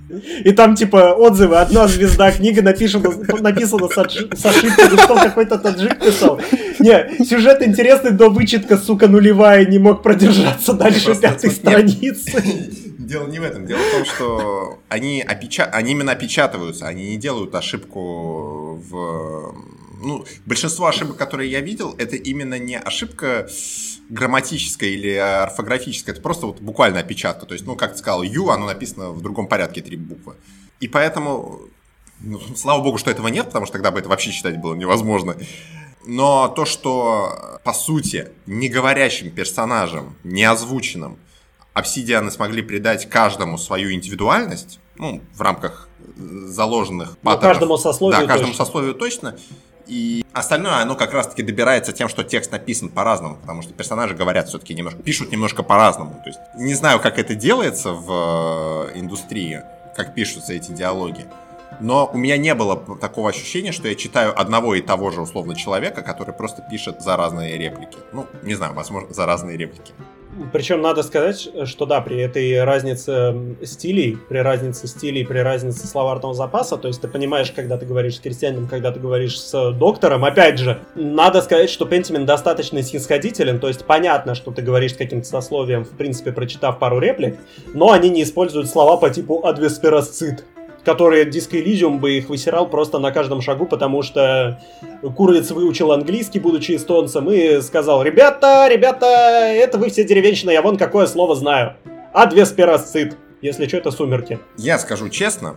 И там, типа, отзывы, одна звезда, книга написана, написана с, отжи, с ошибкой, что какой-то таджик писал. Не, сюжет интересный, но вычетка, сука, нулевая, не мог продержаться дальше просто, пятой нет. страницы. Дело не в этом, дело в том, что они, опеча... они именно опечатываются, они не делают ошибку в... Ну, большинство ошибок, которые я видел, это именно не ошибка грамматическая или орфографическая, это просто вот буквально опечатка. То есть, ну, как ты сказал, «ю», оно написано в другом порядке, три буквы. И поэтому, ну, слава богу, что этого нет, потому что тогда бы это вообще читать было невозможно. Но то, что, по сути, не говорящим персонажам, не озвученным, Obsidian смогли придать каждому свою индивидуальность, ну, в рамках заложенных паттернов. Ну, каждому сословию Да, каждому точно. сословию точно. И остальное, оно как раз-таки добирается тем, что текст написан по-разному, потому что персонажи говорят все-таки немножко, пишут немножко по-разному. То есть не знаю, как это делается в индустрии, как пишутся эти диалоги, но у меня не было такого ощущения, что я читаю одного и того же условно человека, который просто пишет за разные реплики. Ну, не знаю, возможно, за разные реплики. Причем надо сказать, что да, при этой разнице стилей, при разнице стилей, при разнице словарного запаса, то есть ты понимаешь, когда ты говоришь с крестьянином, когда ты говоришь с доктором, опять же, надо сказать, что Pentiment достаточно снисходителен, то есть понятно, что ты говоришь с каким-то сословием, в принципе, прочитав пару реплик, но они не используют слова по типу «адвесперасцит», которые Disco Elysium бы их высирал просто на каждом шагу, потому что Курлиц выучил английский, будучи эстонцем, и сказал: «Ребята, ребята, это вы все деревенщина, я вон какое слово знаю. Адвесперасцит». Если что, это сумерки. Я скажу честно,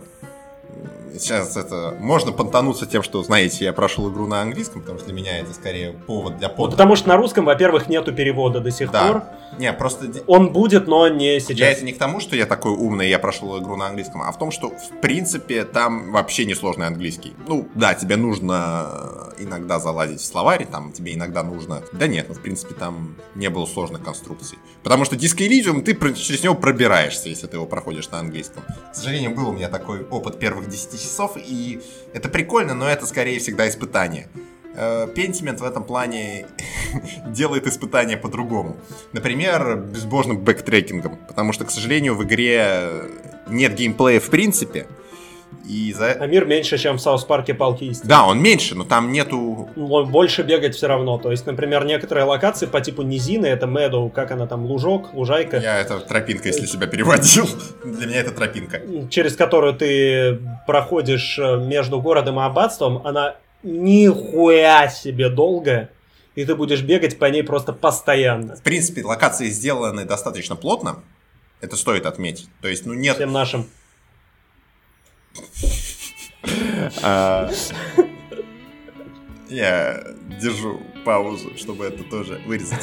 сейчас это... Можно понтануться тем, что, знаете, я прошел игру на английском, потому что для меня это скорее повод для подвига. Ну, потому что на русском, во-первых, нету перевода до сих да. пор. Не, просто... Он будет, но не сейчас. Я это не к тому, что я такой умный, я прошел игру на английском, а в том, что, в принципе, там вообще несложный английский. Ну, да, тебе нужно иногда залазить в словарь, там тебе иногда нужно... Да нет, ну, в принципе, там не было сложных конструкций. Потому что Disco Elysium, ты через него пробираешься, если ты его проходишь на английском. К сожалению, был у меня такой опыт первых десяти часов, и это прикольно, но это скорее всегда испытание. Pentiment в этом плане делает испытания по-другому. Например, безбожным бэктрекингом, потому что, к сожалению, в игре нет геймплея в принципе. И за... А мир меньше, чем в Саус-парке Палки истины. Да, он меньше, но там нету... Больше бегать все равно. То есть, например, некоторые локации по типу низины, это Meadow, как она там, лужок, лужайка. Я это тропинка, если себя переводил. Для меня это тропинка. Через которую ты проходишь между городом и аббатством, она нихуя себе долгая. и ты будешь бегать по ней просто постоянно. В принципе, локации сделаны достаточно плотно, это стоит отметить. То есть, ну нет... Всем нашим. Я держу паузу, чтобы это тоже вырезать.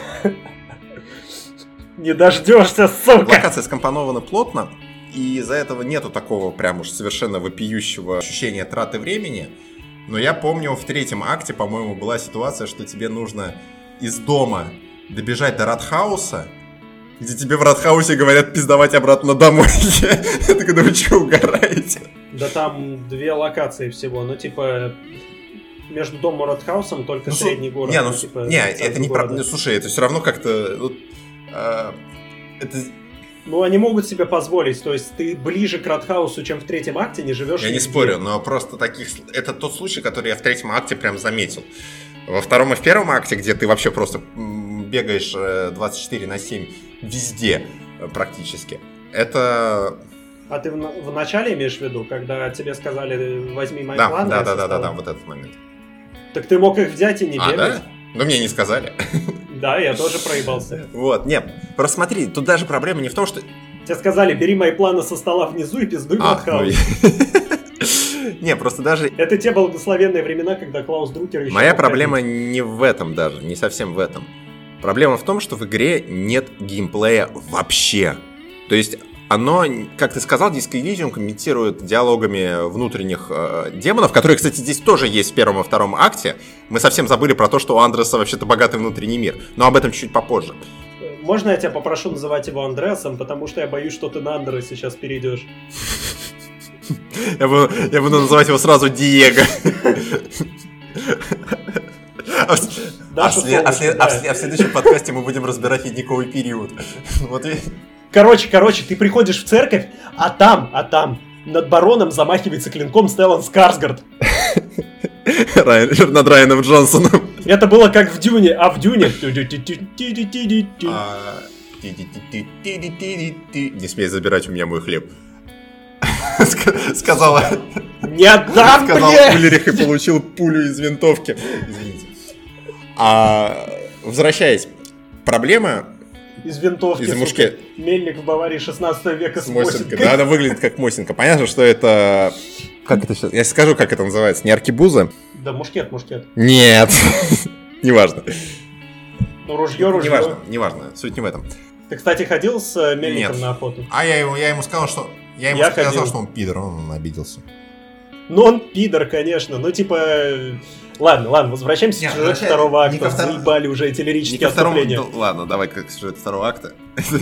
Не дождешься, сука! Локация скомпонована плотно, и из-за этого нету такого прям уж совершенно вопиющего ощущения траты времени. Но я помню, в третьем акте, по-моему, была ситуация, что тебе нужно из дома добежать до Радхауса, где тебе в Радхаусе говорят пиздавать обратно домой. Я такой, да вы что, угораете? Да там две локации всего, ну типа... Между домом и Радхаусом только ну, средний город. Не, ну, типа, не это не про... Ну, слушай, это все равно как-то... Ну, э, это... ну, они могут себе позволить. То есть ты ближе к Радхаусу, чем в третьем акте, не живешь. Я не спорю, но просто таких... Это тот случай, который я в третьем акте прям заметил. Во втором и в первом акте, где ты вообще просто бегаешь двадцать четыре на семь везде практически. Это... А ты в, в начале имеешь в виду, когда тебе сказали, возьми мои да, планы? Да, да, да, да, да, вот этот момент. Так ты мог их взять и не а, бегать. Да? Но мне не сказали. Да, я тоже проебался. Вот, нет, просто смотри, тут даже проблема не в том, что... Тебе сказали, бери мои планы со стола внизу и пиздуй в Радхаус. Не, просто даже... Это те благословенные времена, когда Клаус Друкер еще... Моя проблема не в этом даже, не совсем в этом. Проблема в том, что в игре нет геймплея вообще. То есть... Оно, как ты сказал, Disco Elysium комментирует диалогами внутренних э, демонов, которые, кстати, здесь тоже есть в первом и втором акте. Мы совсем забыли про то, что у Андреса вообще-то богатый внутренний мир. Но об этом чуть попозже. Можно я тебя попрошу называть его Андреасом, потому что я боюсь, что ты на Андера сейчас перейдешь. Я буду, я буду называть его сразу Диего. А в следующем подкасте мы будем разбирать ледниковый период. Вот и... Короче, короче, ты приходишь в церковь, а там, а там, над бароном замахивается клинком Стеллан Скарсгард. Над Райаном Джонсоном. Это было как в Дюне, а в Дюне... Не смей забирать у меня мой хлеб. Сказала... Не отдам, Сказал Ульрих и получил пулю из винтовки. Извините. А, возвращаясь, проблема... Из винтовки. Из мушкет. Мельник в Баварии шестнадцатого века с, с Мосинкой. Да, она выглядит как Мосинка. Понятно, что это... Как это сейчас? Я скажу, как это называется. Не аркебуза? Да, мушкет, мушкет. Нет. Неважно. Ну, ружье, ружье. Неважно, неважно. Суть не в этом. Ты, кстати, ходил с Мельником Нет. на охоту? А я ему, я ему сказал, что... Я ему я сказал, ходил. что он пидор, он обиделся. Ну, он пидор, конечно. Ну, типа... Ладно, ладно, возвращаемся к сюжету второго акта. Втор... Заебали уже эти лирические отступления. Второму... Ладно, давай как сюжет второго акта.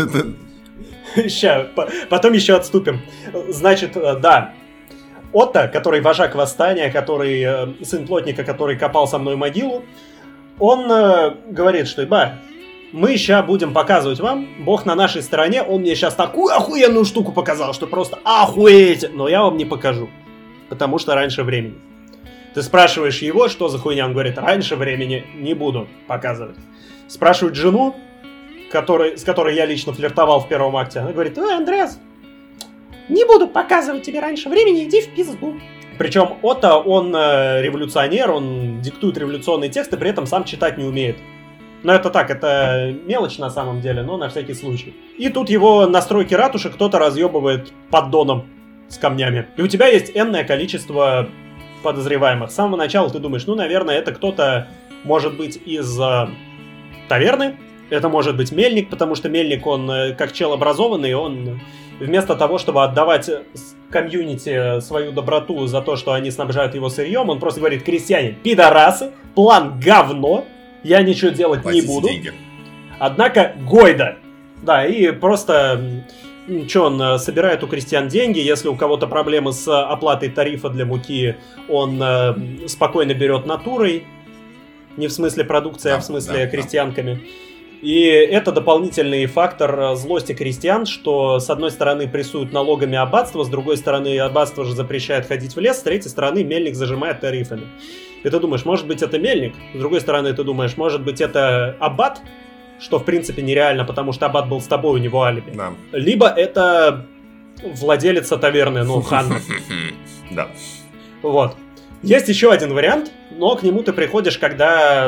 Ща, потом еще отступим. Значит, да, Отто, который вожак восстания, который сын плотника, который копал со мной могилу, он говорит, что, ба, мы сейчас будем показывать вам, Бог на нашей стороне, он мне сейчас такую охуенную штуку показал, что просто охуеть, но я вам не покажу, потому что раньше времени. Ты спрашиваешь его, что за хуйня, он говорит, раньше времени не буду показывать. Спрашивают жену, который, с которой я лично флиртовал в первом акте, она говорит, ой, Андреас, не буду показывать тебе раньше времени, иди в пизду. Причем Отто, он э, революционер, он диктует революционные тексты, при этом сам читать не умеет. Но это так, это мелочь на самом деле, но на всякий случай. И тут его настройки ратуши кто-то разъебывает поддоном с камнями. И у тебя есть энное количество подозреваемых. С самого начала ты думаешь, ну, наверное, это кто-то может быть из э, таверны, это может быть Мельник, потому что Мельник, он э, как чел образованный, он вместо того, чтобы отдавать комьюнити свою доброту за то, что они снабжают его сырьем, он просто говорит, крестьяне, пидорасы, план говно, я ничего делать Платите не буду. Деньги. Однако Гойда. Да, и просто... Что, он собирает у крестьян деньги, если у кого-то проблемы с оплатой тарифа для муки, он э, спокойно берет натурой, не в смысле продукции, да, а в смысле да, крестьянками. Да. И это дополнительный фактор злости крестьян, что с одной стороны прессуют налогами аббатство, с другой стороны аббатство же запрещает ходить в лес, с третьей стороны Мельник зажимает тарифами. И ты думаешь, может быть это Мельник, с другой стороны ты думаешь, может быть это аббат, что в принципе нереально, потому что аббат был с тобой, у него алиби. Да. Либо это владелица таверны, ну, хан. Да. Вот. Есть еще один вариант, но к нему ты приходишь, когда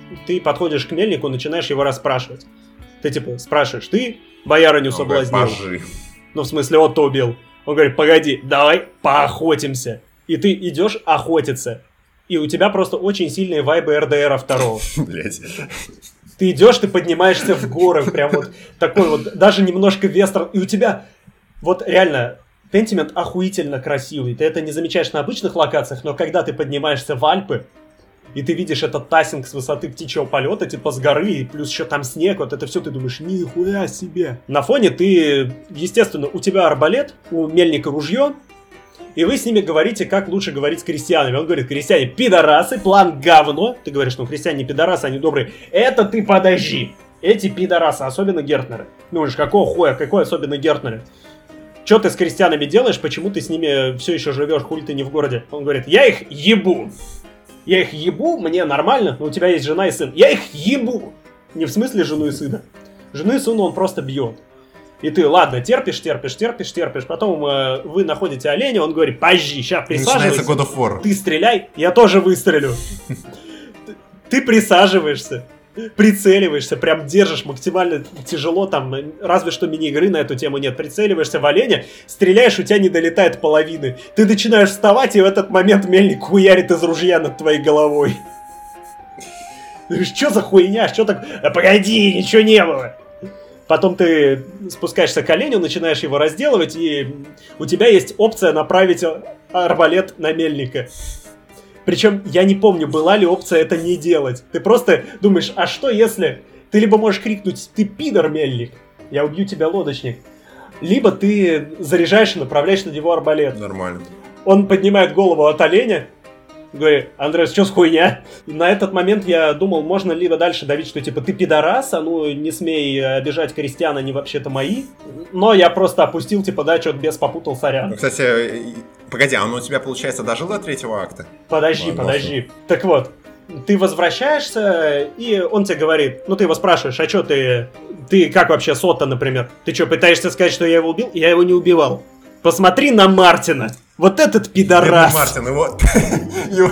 ты подходишь к мельнику, начинаешь его расспрашивать. Ты типа спрашиваешь, ты боярыню соблазнил? Пажи. Ну, в смысле, Отто убил. Он говорит, погоди, давай поохотимся. И ты идешь охотиться. И у тебя просто очень сильные вайбы эр дэ эра второго. Блять. Ты идешь, ты поднимаешься в горы, прям вот такой вот, даже немножко вестерн. И у тебя вот реально Pentiment охуительно красивый. Ты это не замечаешь на обычных локациях, но когда ты поднимаешься в Альпы, и ты видишь этот тассинг с высоты птичьего полета, типа с горы, и плюс еще там снег, вот это все, ты думаешь, нихуя себе. На фоне ты, естественно, у тебя арбалет, у мельника ружье, и вы с ними говорите, как лучше говорить с крестьянами. Он говорит, крестьяне пидорасы, план говно. Ты говоришь, ну крестьяне пидорасы, они добрые. Это ты подожди. Эти пидорасы, особенно Гертнеры. Ну уж какого хуя, какой особенно Гертнеры? Что ты с крестьянами делаешь, почему ты с ними все еще живешь, хули ты не в городе? Он говорит, я их ебу. Я их ебу, мне нормально, но у тебя есть жена и сын. Я их ебу. Не в смысле жену и сына. Жену и сына он просто бьет. И ты, ладно, терпишь, терпишь, терпишь, терпишь. Потом э, вы находите оленя, он говорит, подожди, сейчас присаживайся. God of War. Ты стреляй, я тоже выстрелю. Ты присаживаешься, прицеливаешься, прям держишь максимально тяжело, там, разве что мини-игры на эту тему нет. Прицеливаешься в оленя, стреляешь, у тебя не долетает половины. Ты начинаешь вставать, и в этот момент мельник хуярит из ружья над твоей головой. Что за хуйня, что так... А погоди, ничего не было. Потом ты спускаешься к оленю, начинаешь его разделывать, и у тебя есть опция направить арбалет на мельника. Причем я не помню, была ли опция это не делать. Ты просто думаешь, а что если... Ты либо можешь крикнуть, ты пидор, мельник, я убью тебя, лодочник. Либо ты заряжаешь и направляешь на него арбалет. Нормально. Он поднимает голову от оленя, говорит, Андрес, что с хуйня? На этот момент я думал, можно либо дальше давить, что типа ты пидорас, а ну не смей обижать крестьян, они вообще-то мои. Но я просто опустил, типа, да, что-то без попутал, сорян. Ну, кстати, погоди, а он у тебя, получается, дожил до третьего акта? Подожди, Ладно, подожди. Что? Так вот, ты возвращаешься, и он тебе говорит, ну ты его спрашиваешь, а что ты, ты как вообще Сотто, например? Ты что, пытаешься сказать, что я его убил? Я его не убивал. Посмотри на Мартина. Вот этот пидорас. Мартин, его... его...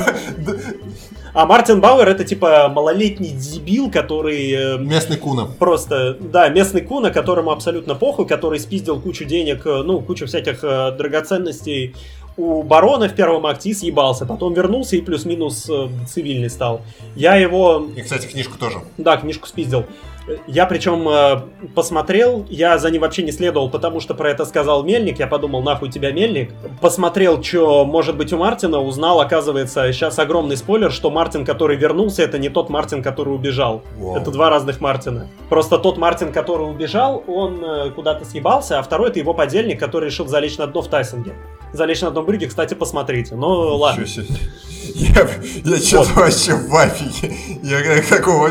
А Мартин Бауэр это типа малолетний дебил, который... Местный куна. Просто, да, местный куна, которому абсолютно похуй, который спиздил кучу денег, ну, кучу всяких э, драгоценностей у барона в первом акте и съебался. Потом вернулся и плюс-минус э, цивильный стал. Я его... И, кстати, книжку тоже. Да, книжку спиздил. Я причем э, посмотрел, я за ним вообще не следовал, потому что про это сказал Мельник, я подумал, нахуй тебя Мельник. Посмотрел, что может быть у Мартина, узнал, оказывается, сейчас огромный спойлер, что Мартин, который вернулся, это не тот Мартин, который убежал. Wow. Это два разных Мартина. Просто тот Мартин, который убежал, он э, куда-то съебался, а второй это его подельник, который решил залечь на дно в Тайсинге. Залечь на дно в брюге, кстати, посмотрите. Ну, ладно. Я, я что-то вот. Вообще в афиге. Я какого...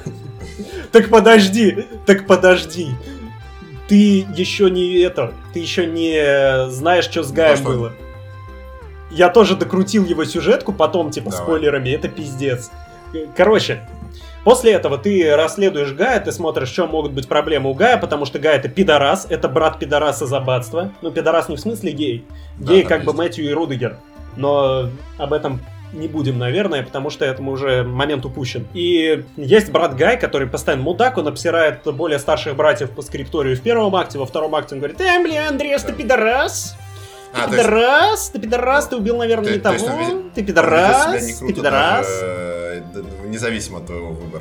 Так подожди, так подожди. Ты еще не это, ты еще не знаешь, что с Гаем ну, было. Я тоже докрутил его сюжетку, потом, типа, Давай. спойлерами, это пиздец. Короче, после этого ты расследуешь Гая, ты смотришь, что могут быть проблемы у Гая, потому что Гай это пидорас, это брат пидораса из аббатства. Ну, пидорас не в смысле гей. Гей да, как бы Мэтью и Рудигер. Но об этом... не будем, наверное, потому что этому уже момент упущен. И есть брат Гай, который постоянно мудак, он обсирает более старших братьев по скрипторию в первом акте, во втором акте он говорит, э, бля, Андреас, ты пидорас! Ты а, пидорас, есть... ты пидорас, ты убил, наверное, ты, не то того, есть, ты пидорас, не ты пидорас. Даже, независимо от твоего выбора.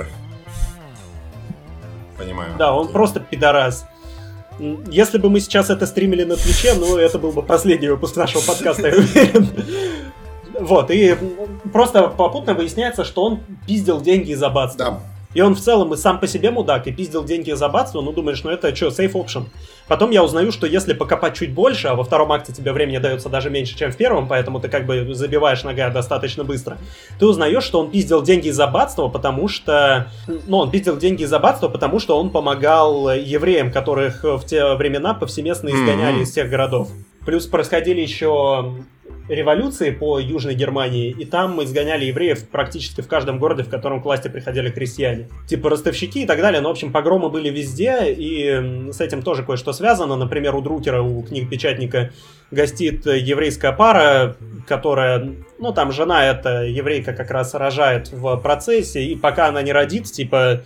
Понимаю. Да, он просто пидорас. Если бы мы сейчас это стримили на Твиче, ну, это был бы последний выпуск нашего подкаста, я уверен. Вот, и просто попутно выясняется, что он пиздил деньги из аббатства. Да. И он в целом и сам по себе мудак, и пиздил деньги из аббатства, ну думаешь, ну это что, safe option. Потом я узнаю, что если покопать чуть больше, а во втором акте тебе времени дается даже меньше, чем в первом, поэтому ты как бы забиваешь нога достаточно быстро, ты узнаешь, что он пиздил деньги из аббатства, потому что... Ну, он пиздил деньги из аббатства, потому что он помогал евреям, которых в те времена повсеместно изгоняли mm-hmm. из всех городов. Плюс происходили еще... революции по Южной Германии, и там мы изгоняли евреев практически в каждом городе, в котором к власти приходили крестьяне. Типа ростовщики и так далее, но, в общем, погромы были везде, и с этим тоже кое-что связано. Например, у Друкера, у книгопечатника, гостит еврейская пара, которая, ну, там жена эта еврейка как раз рожает в процессе, и пока она не родит, типа,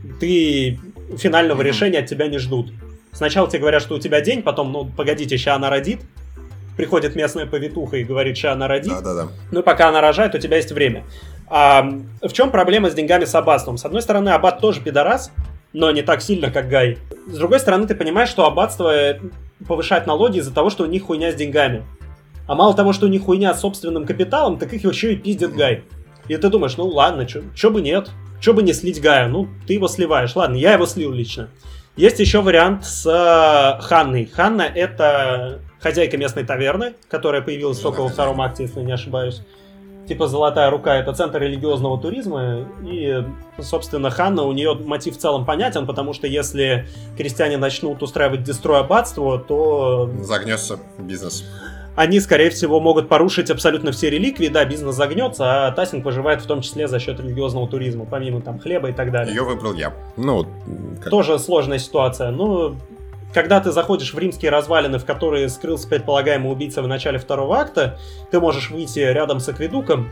ты финального решения от тебя не ждут. Сначала тебе говорят, что у тебя день, потом, ну, погодите, ща она родит. Приходит местная повитуха и говорит, что она родит. Да-да-да. Ну и пока она рожает, у тебя есть время. А в чем проблема с деньгами с аббатством? С одной стороны, аббат тоже пидорас, но не так сильно, как Гай. С другой стороны, ты понимаешь, что аббатство повышает налоги из-за того, что у них хуйня с деньгами. А мало того, что у них хуйня с собственным капиталом, так их еще и пиздит Гай. И ты думаешь, ну ладно, чё бы нет? Чё бы не слить Гая? Ну, ты его сливаешь. Ладно, я его слил лично. Есть еще вариант с э, Ханной. Ханна — это хозяйка местной таверны, которая появилась только во втором акте, если не ошибаюсь. Типа «Золотая рука» — это центр религиозного туризма. И, собственно, Ханна, у нее мотив в целом понятен, потому что если крестьяне начнут устраивать дестрой аббатству, то... Загнется бизнес. Они, скорее всего, могут порушить абсолютно все реликвии, да, бизнес загнется, а Тассинг выживает в том числе за счет религиозного туризма, помимо там хлеба и так далее. Ее выбрал я. Ну, как... Тоже сложная ситуация. Ну, когда ты заходишь в римские развалины, в которые скрылся предполагаемый убийца в начале второго акта, ты можешь выйти рядом с акведуком,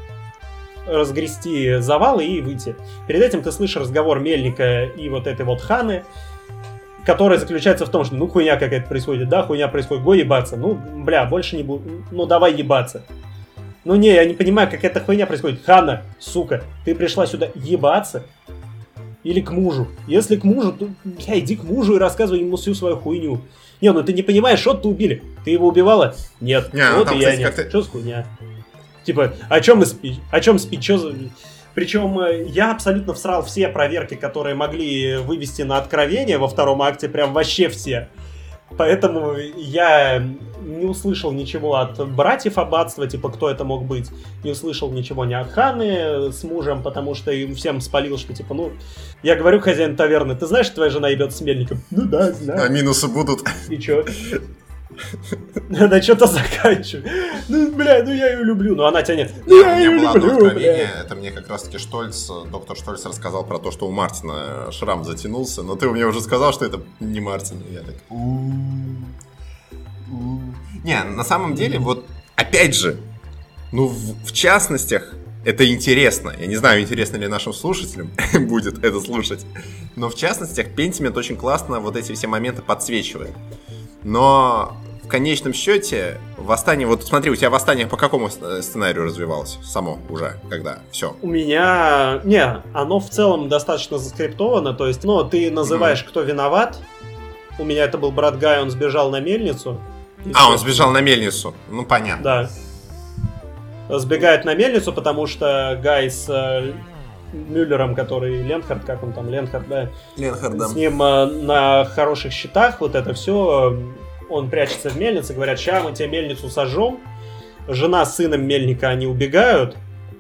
разгрести завалы и выйти. Перед этим ты слышишь разговор Мельника и вот этой вот Ханы, которая заключается в том, что ну хуйня какая-то происходит, да, хуйня происходит, го ебаться, ну, бля, больше не буду, ну, давай ебаться. Ну, не, я не понимаю, как эта хуйня происходит. Ханна, сука, ты пришла сюда ебаться или к мужу? Если к мужу, то, бля, иди к мужу и рассказывай ему всю свою хуйню. Не, ну ты не понимаешь, что ты убили? Ты его убивала? Нет, не, вот там, и я кстати, нет. как-то... Что за хуйня? Типа, о чем мы спи? О чем спи? Что за... Причем я абсолютно всрал все проверки, которые могли вывести на откровение во втором акте, прям вообще все. Поэтому я не услышал ничего от братьев аббатства, типа, кто это мог быть. Не услышал ничего ни от Ханы с мужем, потому что им всем спалил, что, типа, ну... Я говорю, хозяин таверны, ты знаешь, что твоя жена ебет с Мельником? Ну да, знаю. А минусы будут. И чё? Она что-то заканчивает. Ну, бля, ну я ее люблю, но она тянет. Ну, я ее люблю, это мне как раз-таки Штольц, доктор Штольц рассказал про то, что у Мартина шрам затянулся, но ты мне уже сказал, что это не Мартин. Я так... Не, на самом деле, вот, опять же, ну, в, в частностях, это интересно. Я не знаю, интересно ли нашим слушателям будет это слушать, но в частностях Pentiment очень классно вот эти все моменты подсвечивает. Но в конечном счете восстание... Вот смотри, у тебя восстание по какому сценарию развивалось? Само уже, когда? Все. У меня... Не, оно в целом достаточно заскриптовано. То есть, ну, ты называешь, mm-hmm. кто виноват. У меня это был брат Гай, он сбежал на мельницу. А, он сбежал на мельницу. Ну, понятно. Да. Сбегает на мельницу, потому что Гай с э, Мюллером, который Ленхард, как он там, Ленхард, да? Ленхард, да. С ним э, на хороших счетах, вот это все, он прячется в мельнице, говорят, ща мы тебе мельницу сожжем. Жена с сыном Мельника, они убегают.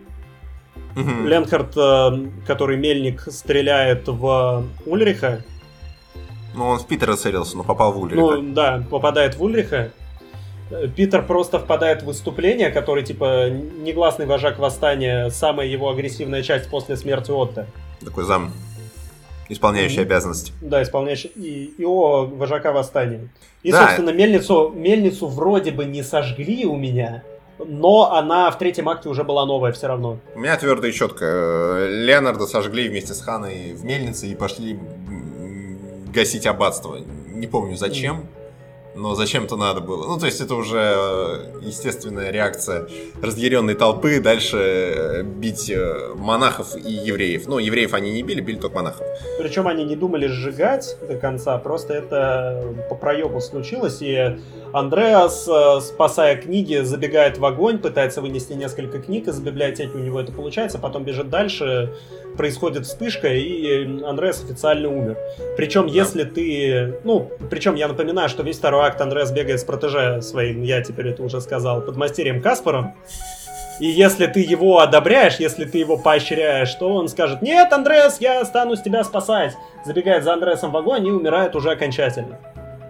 Угу. Ленхард, э, который Мельник, стреляет в Ульриха. Ну, он в Питера целился, но попал в Ульриха. Ну, да, попадает в Ульриха. Питер просто впадает в выступление, который, типа, негласный вожак восстания, самая его агрессивная часть после смерти Отто. Такой зам, исполняющий mm-hmm. обязанности. Да, исполняющий и ИО вожака восстания. И, да. собственно, мельницу, мельницу вроде бы не сожгли у меня, но она в третьем акте уже была новая все равно. У меня твердо и четко. Леонарда сожгли вместе с Ханой в мельнице и пошли гасить аббатство. Не помню зачем. Mm-hmm. Но зачем-то надо было. Ну, то есть это уже естественная реакция разъяренной толпы дальше бить монахов и евреев. Ну, евреев они не били, били только монахов. Причем они не думали сжигать до конца, просто это по проебу случилось. И Андреас, спасая книги, забегает в огонь, пытается вынести несколько книг из библиотеки, у него это получается, потом бежит дальше, происходит вспышка, и Андреас официально умер. Причем, да. если ты... Ну, причем я напоминаю, что весь второй акт Андреас бегает с протеже своим, я теперь это уже сказал, подмастерьем Каспаром. И если ты его одобряешь, если ты его поощряешь, то он скажет: «Нет, Андреас, я останусь тебя спасать». Забегает за Андреасом в огонь и умирает уже окончательно.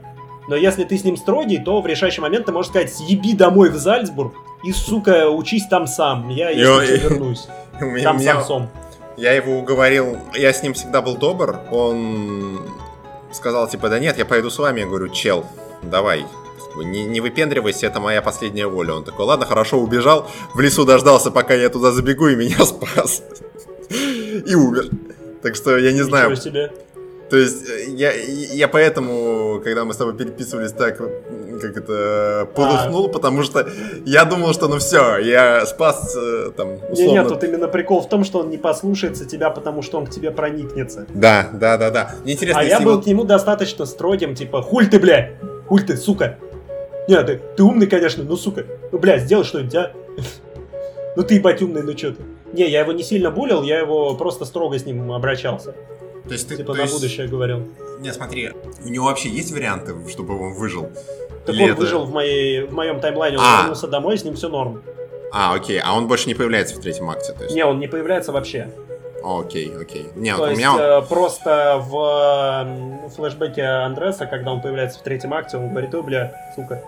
Но если ты с ним строгий, то в решающий момент ты можешь сказать: съеби домой в Зальцбург и, сука, учись там сам. Я, если что, вернусь. Там самсом. Я его уговорил, я с ним всегда был добр. Он сказал, типа, да нет, я пойду с вами. Я говорю: чел, давай. Не, не выпендривайся, это моя последняя воля. Он такой: ладно, хорошо, убежал. В лесу дождался, пока я туда забегу, и меня спас. И умер. Так что я не знаю. Ничего себе. То есть я, я поэтому, когда мы с тобой переписывались, так как это полыхнул, а. потому что я думал, что ну все, я спас там условно. Не, нет, тут именно прикол в том, что он не послушается тебя, потому что он к тебе проникнется. Да, да, да, да. Мне интересно, а я был вот... к нему достаточно строгим, типа: хуль ты, бля, хуль ты, сука. Не, ты, ты умный, конечно, но, сука, ну, бля, сделай что-нибудь, а? Ну ты, ебать, умный, ну чё ты? Не, я его не сильно булил, я его просто строго с ним обращался. То есть ты, типа то на есть... будущее говорил. Не, смотри, у него вообще есть варианты, чтобы он выжил? Так Или он это... выжил в, моей, в моем таймлайне, он а. вернулся домой, с ним все норм. А, окей, а он больше не появляется в третьем акте? То есть... Не, он не появляется вообще. О, окей, окей. Не, то вот есть у меня... э, просто в э, флешбеке Андреса, когда он появляется в третьем акте, он говорит: ой, бля, сука,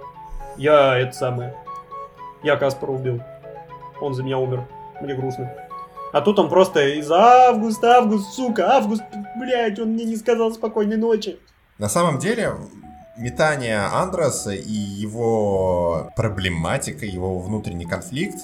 я это самое, я Каспара убил, он за меня умер, мне грустно. А тут он просто из августа, август, сука, август, блядь, он мне не сказал спокойной ночи. На самом деле, метание Андреса и его проблематика, его внутренний конфликт,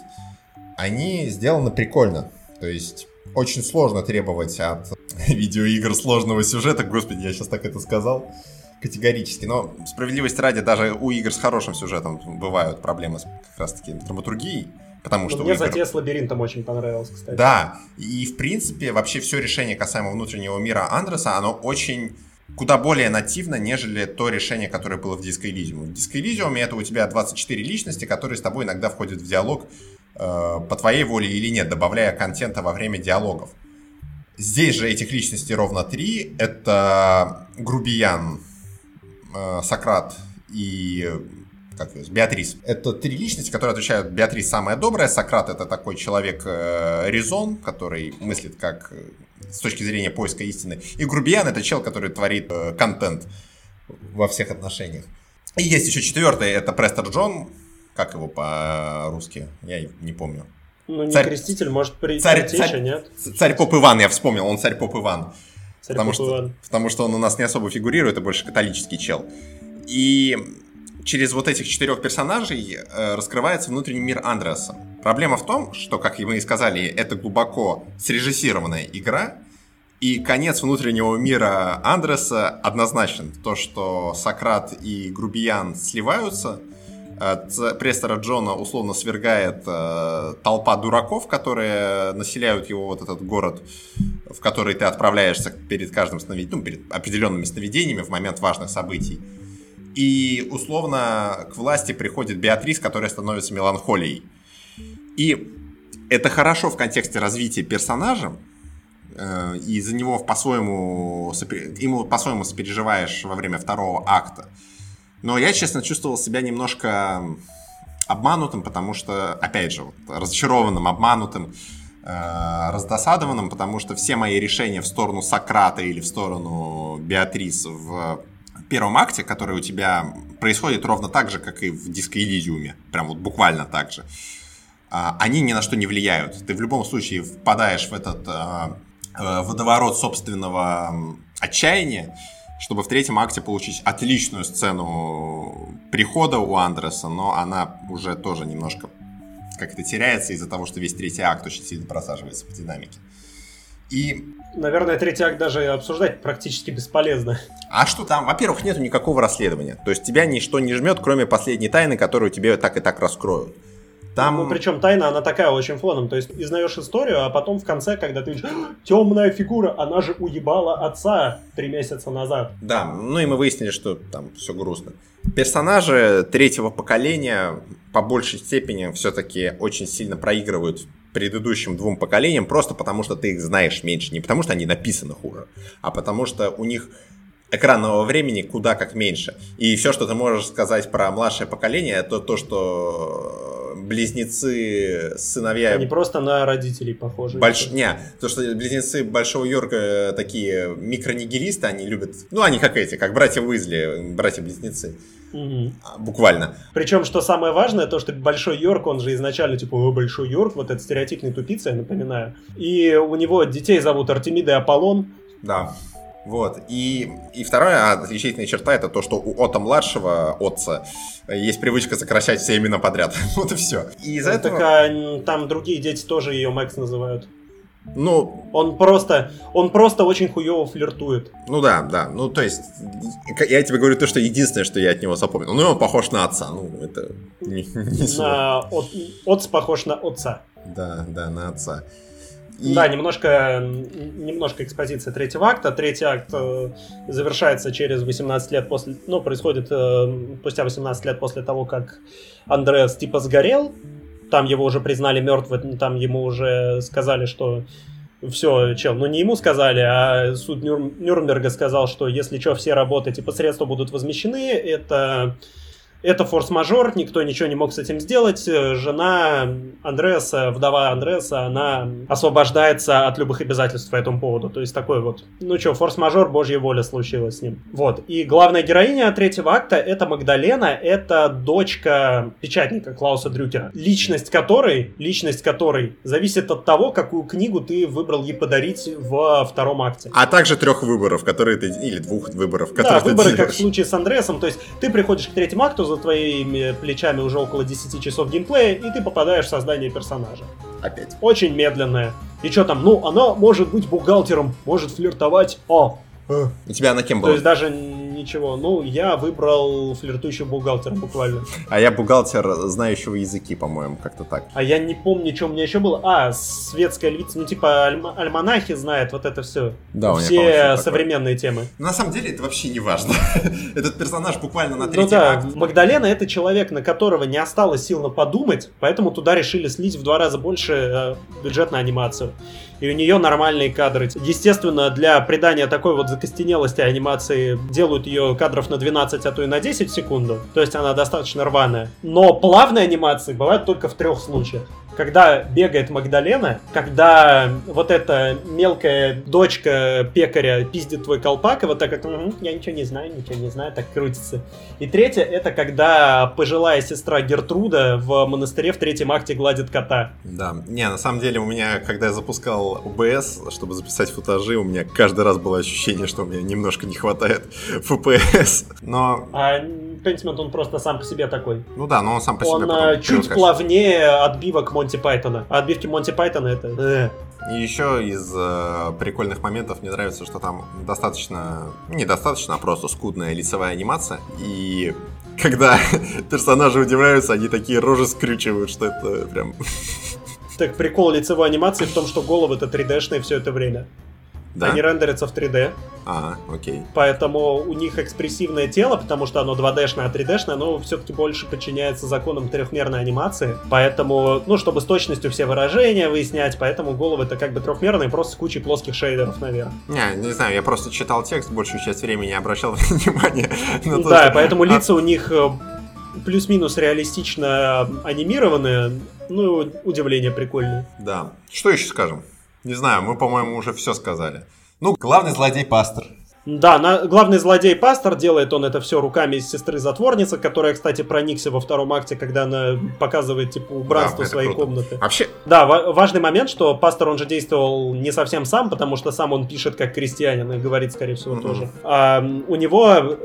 они сделаны прикольно. То есть, очень сложно требовать от видеоигр сложного сюжета. Господи, я сейчас так это сказал. Категорически. Но справедливости ради, даже у игр с хорошим сюжетом бывают проблемы с как раз-таки драматургией. Потому что мне игр... затея с лабиринтом очень понравилась, кстати. Да, и в принципе вообще все решение касаемо внутреннего мира Андреса, оно очень куда более нативно, нежели то решение, которое было в Disco Elysium. В Disco Elysium это у тебя двадцать четыре личности, которые с тобой иногда входят в диалог э, по твоей воле или нет, добавляя контента во время диалогов. Здесь же этих личностей ровно три. Это Грубиян, э, Сократ и... как ее, Беатрис. Это три личности, которые отвечают. Беатрис самая добрая, Сократ — это такой человек э, резон, который мыслит как э, с точки зрения поиска истины. И Грубиян — это чел, который творит э, контент во всех отношениях. И есть еще четвертый, это Престер Джон. Как его по-русски? Я не помню. Ну, не царь, креститель, может, при... царь, царь, нет? Царь Поп Иван, я вспомнил, он царь Поп Иван. Царь потому, Поп что, Иван. потому что он у нас не особо фигурирует, это больше католический чел. И... через вот этих четырех персонажей э, раскрывается внутренний мир Андреаса. Проблема в том, что, как мы и сказали, это глубоко срежиссированная игра, и конец внутреннего мира Андреаса однозначен. То, что Сократ и Грубиян сливаются, э, Престера Джона условно свергает э, толпа дураков, которые населяют его вот этот город, в который ты отправляешься перед каждым сновидением, ну, перед определенными сновидениями в момент важных событий. И, условно, к власти приходит Беатрис, которая становится меланхолией. И это хорошо в контексте развития персонажа, и за него по-своему, ему по-своему сопереживаешь во время второго акта. Но я, честно, чувствовал себя немножко обманутым, потому что, опять же, вот, разочарованным, обманутым, раздосадованным, потому что все мои решения в сторону Сократа или в сторону Беатрис в... в первом акте, который у тебя происходит ровно так же, как и в Disco Elysium, прям вот буквально так же, они ни на что не влияют. Ты в любом случае впадаешь в этот водоворот собственного отчаяния, чтобы в третьем акте получить отличную сцену прихода у Андреса, но она уже тоже немножко как-то теряется из-за того, что весь третий акт очень сильно просаживается по динамике. И... наверное, третий акт даже обсуждать практически бесполезно. А что там? Во-первых, нету никакого расследования. То есть тебя ничто не жмет, кроме последней тайны, которую тебе так и так раскроют. Там... Ну, причем тайна, она такая очень фоном. То есть изнаешь историю, а потом в конце, когда ты видишь: темная фигура, она же уебала отца три месяца назад. Да, ну и мы выяснили, что там все грустно. Персонажи третьего поколения по большей степени все-таки очень сильно проигрывают предыдущим двум поколениям, просто потому что ты их знаешь меньше. Не потому что они написаны хуже, а потому что у них экранного времени куда как меньше. И все, что ты можешь сказать про младшее поколение, это то, что близнецы, сыновья... Они просто на родителей похожи. Больш... Не, то, что близнецы Большого Йорка такие микронигилисты, они любят... Ну, они как эти, как братья Уизли, братья-близнецы. Угу. Буквально. Причем, что самое важное, то, что Большой Йорк, он же изначально типа, о, Большой Йорк, вот этот стереотипный тупица, я напоминаю. И у него детей зовут Артемида и Аполлон. Да. Вот. И, и вторая отличительная черта — это то, что у Отто-младшего, отца, есть привычка сокращать все имена подряд. Вот и все. И из-за этого... Так, а, там другие дети тоже ее Мэкс называют. Ну, он просто, он просто очень хуёво флиртует. Ну да, да. Ну, то есть, я тебе говорю то, что единственное, что я от него запомнил. Ну, он похож на отца. Ну, это не, не на от, отц похож на отца. Да, да, на отца. И... Да, немножко, немножко экспозиция третьего акта. Третий акт э, завершается через восемнадцать лет после... Ну, происходит э, спустя восемнадцать лет после того, как Андреас типа сгорел. Там его уже признали мертвым, там ему уже сказали, что все, чел, ну не ему сказали, а суд Нюр... Нюрнберга сказал, что если что, все работы, типа средства будут возмещены, это... Это форс-мажор, никто ничего не мог с этим сделать. Жена Андреаса, вдова Андреаса, она освобождается от любых обязательств по этому поводу. То есть такой вот, ну что, форс-мажор, божья воля случилась с ним. Вот. И главная героиня третьего акта — это Магдалена, это дочка печатника Клауса Дрюкера. Личность которой, личность которой зависит от того, какую книгу ты выбрал ей подарить во втором акте. А также трех выборов, которые ты... Или двух выборов, которые да, ты выборы, делаешь. как в случае с Андреасом. То есть ты приходишь к третьему акту, за твоими плечами уже около десять часов геймплея, и ты попадаешь в создание персонажа. Опять. Очень медленное. И что там? Ну, она может быть бухгалтером, может флиртовать. О! У тебя она кем была? То есть даже ничего. Ну, я выбрал флиртующего бухгалтера буквально. А я бухгалтер, знающего языки, по-моему, как-то так. А я не помню, что у меня еще было. А, светская львица, ну типа альма- альманахи знает, вот это все. Да, все современные темы. На самом деле это вообще не важно. Этот персонаж буквально на третьем Ну да, акте. Магдалена — это человек, на которого не осталось сил на подумать, поэтому туда решили слить в два раза больше э, бюджет на анимацию. И у нее нормальные кадры. Естественно, для придания такой вот закостенелости анимации делают ее кадров на двенадцать, а то и на десять в секунду. То есть она достаточно рваная. Но плавные анимации бывают только в трех случаях. Когда бегает Магдалена, когда вот эта мелкая дочка пекаря пиздит твой колпак, и вот так вот, угу, я ничего не знаю, ничего не знаю, так крутится. И третье, это когда пожилая сестра Гертруда в монастыре в третьем акте гладит кота. Да, не, на самом деле у меня, когда я запускал о бэ эс, чтобы записать футажи, у меня каждый раз было ощущение, что у меня немножко не хватает эф пи эс, но... А Pentiment, он просто сам по себе такой. Ну да, но он сам по он себе потом чуть привыкаешь. плавнее отбивок Монти Пайтона. А отбивки Монти Пайтона это... И еще из э, прикольных моментов мне нравится, что там достаточно, недостаточно, а просто скудная лицевая анимация. И когда персонажи удивляются, они такие рожи скрючивают, что это прям... Так прикол лицевой анимации в том, что головы-то три дэ-шные все это время. Да? Они рендерятся в три дэ. А, окей. Поэтому у них экспрессивное тело, потому что оно два дэ-шное, а три дэ-шное, оно все-таки больше подчиняется законам трехмерной анимации. Поэтому, ну, чтобы с точностью все выражения выяснять, поэтому головы-то как бы трехмерные, просто с кучей плоских шейдеров наверх. Не, не знаю, я просто читал текст, большую часть времени не обращал внимания на то, Да, что... поэтому лица у них плюс-минус реалистично анимированные, ну, удивление прикольное. Да. Что еще скажем? Не знаю, мы, по-моему, уже все сказали. Ну, главный злодей Пастор. Да, на, главный злодей Пастор, делает он это все руками сестры-затворницы, которая, кстати, проникся во втором акте, когда она показывает, типа, убранство Да, своей круто. комнаты. Вообще... Да, ва- важный момент, что Пастор, он же действовал не совсем сам, потому что сам он пишет как крестьянин и говорит, скорее всего, mm-hmm. тоже. А, у него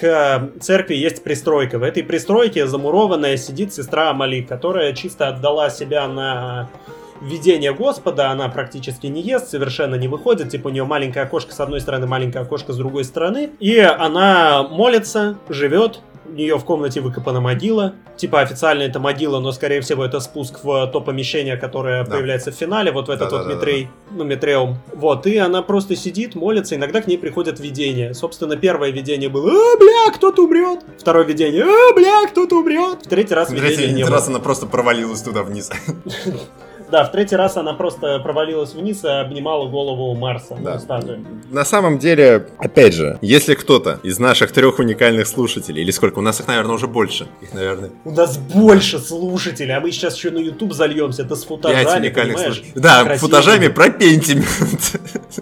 к церкви есть пристройка. В этой пристройке замурованная сидит сестра Амали, которая чисто отдала себя на... видение Господа, она практически не ест, совершенно не выходит, типа у нее маленькое окошко с одной стороны, маленькое окошко с другой стороны, и она молится, живет, у нее в комнате выкопана могила, типа официально это могила, но скорее всего это спуск в то помещение, которое да. появляется в финале, вот в этот да, вот да, метрей, да. ну метреум, вот, и она просто сидит, молится, иногда к ней приходят видения, собственно первое видение было «А, бля, кто-то умрет», второе видение «А, бля, кто-то умрет», в третий раз в видение третий не раз было. она просто провалилась туда вниз. Да, в третий раз она просто провалилась вниз и обнимала голову Марса, да. ну, статую. На самом деле, опять же, если кто-то из наших трех уникальных слушателей, или сколько, у нас их, наверное, уже больше. Их, наверное... У нас больше слушателей, а мы сейчас еще на YouTube зальемся, это с футажами, понимаешь? Слуш... Да, красивыми. Футажами про Pentiment.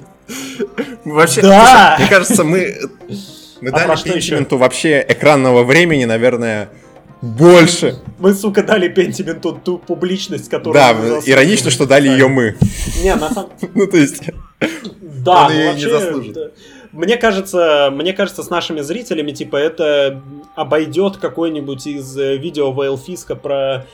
Вообще, да! Мне кажется, мы... Мы а дали Пентименту вообще экранного времени, наверное, больше. Мы, сука, дали Пентименту ту публичность, которую... Да, иронично, что дали ее мы. Не, на самом... Ну, то есть... Да, ну вообще... Мне кажется, мне кажется, с нашими зрителями, типа, это обойдет какой-нибудь из видео Вейлфиска про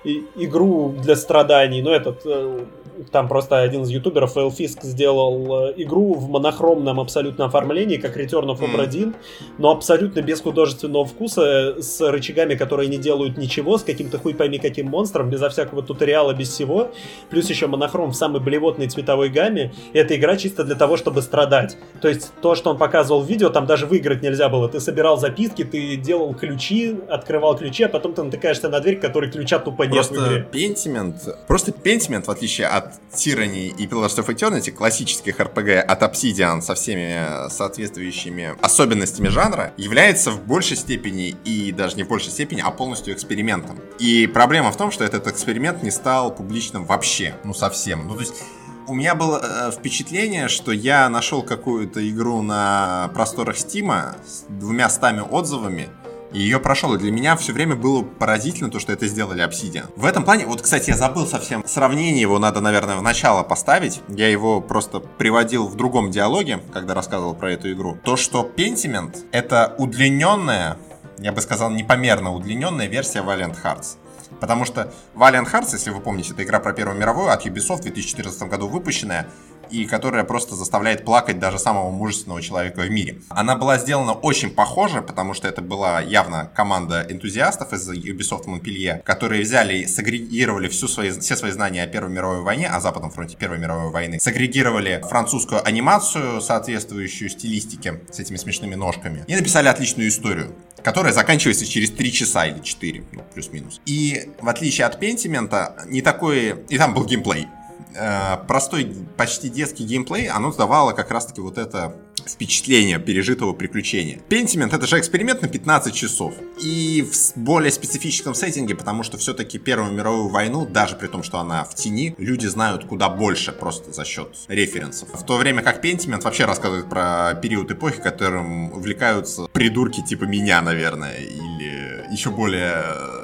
игру для страданий. Ну, этот... Там просто один из ютуберов, Вейлфиск, сделал игру в монохромном абсолютно оформлении, как Return of Obra Dinn, mm. но абсолютно без художественного вкуса, с рычагами, которые не делают ничего, с каким-то хуй пойми каким монстром, безо всякого туториала, без всего. Плюс еще монохром в самой блевотной цветовой гамме. И эта игра чисто для того, чтобы страдать. То есть то, что он показывал в видео, там даже выиграть нельзя было. Ты собирал записки, ты делал ключи, открывал ключи, а потом ты натыкаешься на дверь, которой ключа тупо нет в игре. Pentiment, просто Pentiment, в отличие от Tyranny и Pillars of Eternity, классических эр пи джи от Obsidian со всеми соответствующими особенностями жанра, является в большей степени, и даже не в большей степени, а полностью экспериментом. И проблема в том, что этот эксперимент не стал публичным вообще, ну совсем. Ну то есть у меня было э, впечатление, что я нашел какую-то игру на просторах Стима с двумя стами отзывами, и ее прошел, и для меня все время было поразительно то, что это сделали Obsidian. В этом плане, вот, кстати, я забыл совсем сравнение, его надо, наверное, в начало поставить. Я его просто приводил в другом диалоге, когда рассказывал про эту игру. То, что Pentiment — это удлиненная, я бы сказал, непомерно удлиненная версия Valiant Hearts. Потому что Valiant Hearts, если вы помните, это игра про Первую мировую от Ubisoft в две тысячи четырнадцатом году выпущенная, и которая просто заставляет плакать даже самого мужественного человека в мире. Она была сделана очень похоже, потому что это была явно команда энтузиастов из Ubisoft Montpellier, которые взяли и сагрегировали всю свои, все свои знания о Первой мировой войне, о Западном фронте Первой мировой войны, сагрегировали французскую анимацию, соответствующую стилистике с этими смешными ножками, и написали отличную историю, которая заканчивается через три часа или четыре, ну, плюс-минус. И в отличие от Пентимента, не такой... И там был геймплей. Простой, почти детский геймплей, оно давало как раз-таки вот это впечатление пережитого приключения. Pentiment — это же эксперимент на пятнадцать часов. И в более специфическом сеттинге, потому что все-таки Первую мировую войну, даже при том, что она в тени, люди знают куда больше просто за счет референсов. В то время как Pentiment вообще рассказывает про период эпохи, которым увлекаются придурки типа меня, наверное, или еще более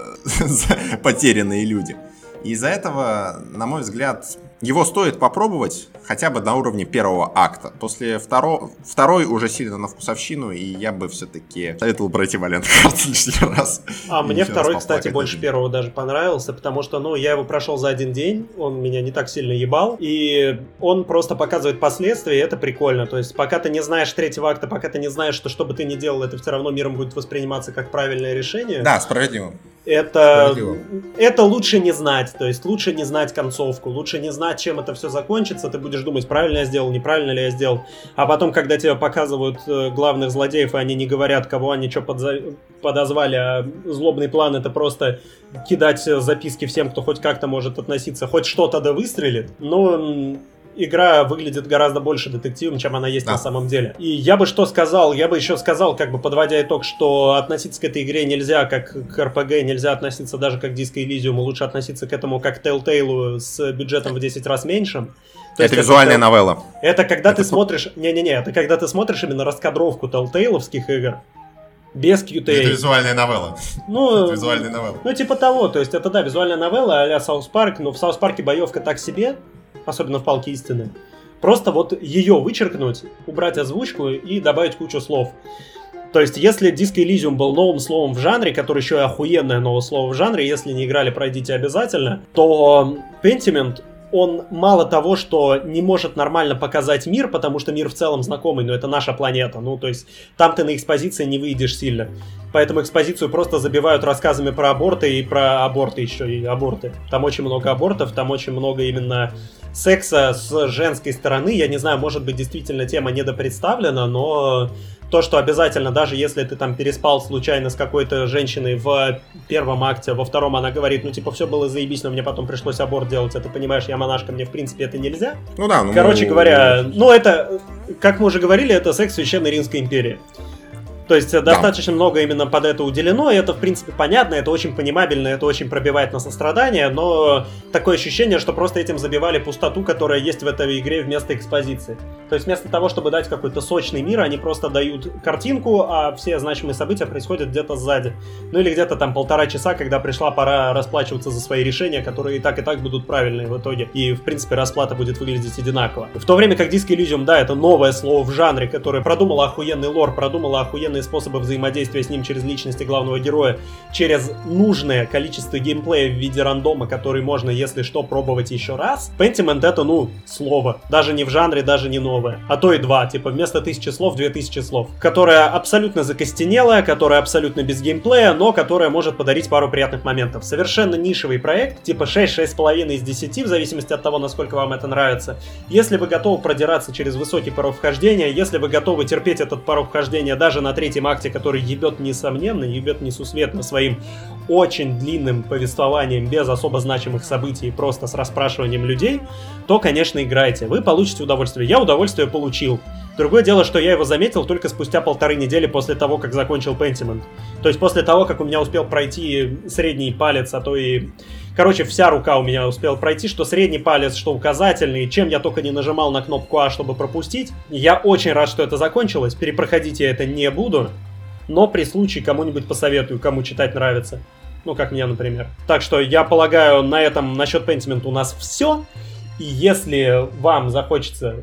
потерянные люди. И из-за этого, на мой взгляд, его стоит попробовать хотя бы на уровне первого акта. После второго, второй уже сильно на вкусовщину, и я бы все-таки советовал пройти Valiant Hearts лишний раз. А мне второй, кстати, больше первого даже понравился, потому что, ну, я его прошел за один день, он меня не так сильно ебал, и он просто показывает последствия, и это прикольно. То есть, пока ты не знаешь третьего акта, пока ты не знаешь, что что бы ты ни делал, это все равно миром будет восприниматься как правильное решение. Да, справедливо. Это, это лучше не знать, то есть лучше не знать концовку, лучше не знать, чем это все закончится, ты будешь думать, правильно я сделал, неправильно ли я сделал, а потом, когда тебе показывают главных злодеев, и они не говорят, кого они что подза... подозвали, а злобный план — это просто кидать записки всем, кто хоть как-то может относиться, хоть что-то да выстрелит, но... Игра выглядит гораздо больше детективом, чем она есть да. на самом деле. И я бы что сказал? Я бы еще сказал, как бы подводя итог, что относиться к этой игре нельзя как к эр пи джи, нельзя относиться даже как к Disco Elysium, лучше относиться к этому как к Telltale с бюджетом в десять раз меньшим. То это визуальная это, новелла. Это когда это... ты смотришь... Не-не-не, это когда ты смотришь именно раскадровку Telltale'овских игр. Без кью ти эй. Это визуальная новелла. Ну, это визуальная новелла. Ну, типа того. То есть, это, да, визуальная новелла а-ля South Park, но в South Park боевка так себе, особенно в Палке истины. Просто вот ее вычеркнуть, убрать озвучку и добавить кучу слов. То есть, если Disco Elysium был новым словом в жанре, который еще и охуенное новое слово в жанре, если не играли, пройдите обязательно, то Pentiment, он мало того, что не может нормально показать мир, потому что мир в целом знакомый, но это наша планета. Ну, то есть, там ты на экспозиции не выйдешь сильно. Поэтому экспозицию просто забивают рассказами про аборты и про аборты еще, и аборты. Там очень много абортов, там очень много именно секса с женской стороны. Я не знаю, может быть, действительно тема недопредставлена, но то, что обязательно, даже если ты там переспал случайно с какой-то женщиной в первом акте, во втором она говорит, ну, типа, все было заебись, но мне потом пришлось аборт делать, а ты понимаешь, я монашка, мне, в принципе, это нельзя. Ну да, ну... Короче говоря, ну, это, как мы уже говорили, это секс Священной Римской империи. То есть да. достаточно много именно под это уделено, и это, в принципе, понятно, это очень понимабельно, это очень пробивает на сострадание, но такое ощущение, что просто этим забивали пустоту, которая есть в этой игре вместо экспозиции. То есть вместо того, чтобы дать какой-то сочный мир, они просто дают картинку, а все значимые события происходят где-то сзади. Ну или где-то там полтора часа, когда пришла пора расплачиваться за свои решения, которые и так и так будут правильные в итоге. И, в принципе, расплата будет выглядеть одинаково. В то время как Disco Elysium, да, это новое слово в жанре, которое продумало охуенный лор, продумало охуенные способы взаимодействия с ним через личности главного героя, через нужное количество геймплея в виде рандома, который можно, если что, пробовать еще раз. Pentiment это, ну, слово. Даже не в жанре, даже не новое. А то и два. Типа вместо тысячи слов, две тысячи слов. Которая абсолютно закостенелая, которая абсолютно без геймплея, но которая может подарить пару приятных моментов. Совершенно нишевый проект, типа шесть-шесть с половиной из десяти, в зависимости от того, насколько вам это нравится. Если вы готовы продираться через высокий порог вхождения, если вы готовы терпеть этот порог вхождения даже на третьем акте, который ебет несомненно, ебет несусветно своим очень длинным повествованием без особо значимых событий, просто с расспрашиванием людей, то, конечно, играйте. Вы получите удовольствие. Я удовольствие получил. Другое дело, что я его заметил только спустя полторы недели после того, как закончил Pentiment. То есть после того, как у меня успел пройти средний палец, а то и... Короче, вся рука у меня успела пройти, что средний палец, что указательный, чем я только не нажимал на кнопку А, чтобы пропустить. Я очень рад, что это закончилось. Перепроходить я это не буду. Но при случае кому-нибудь посоветую, кому читать нравится. Ну, как мне, например. Так что, я полагаю, на этом, насчет Pentiment у нас все. И если вам захочется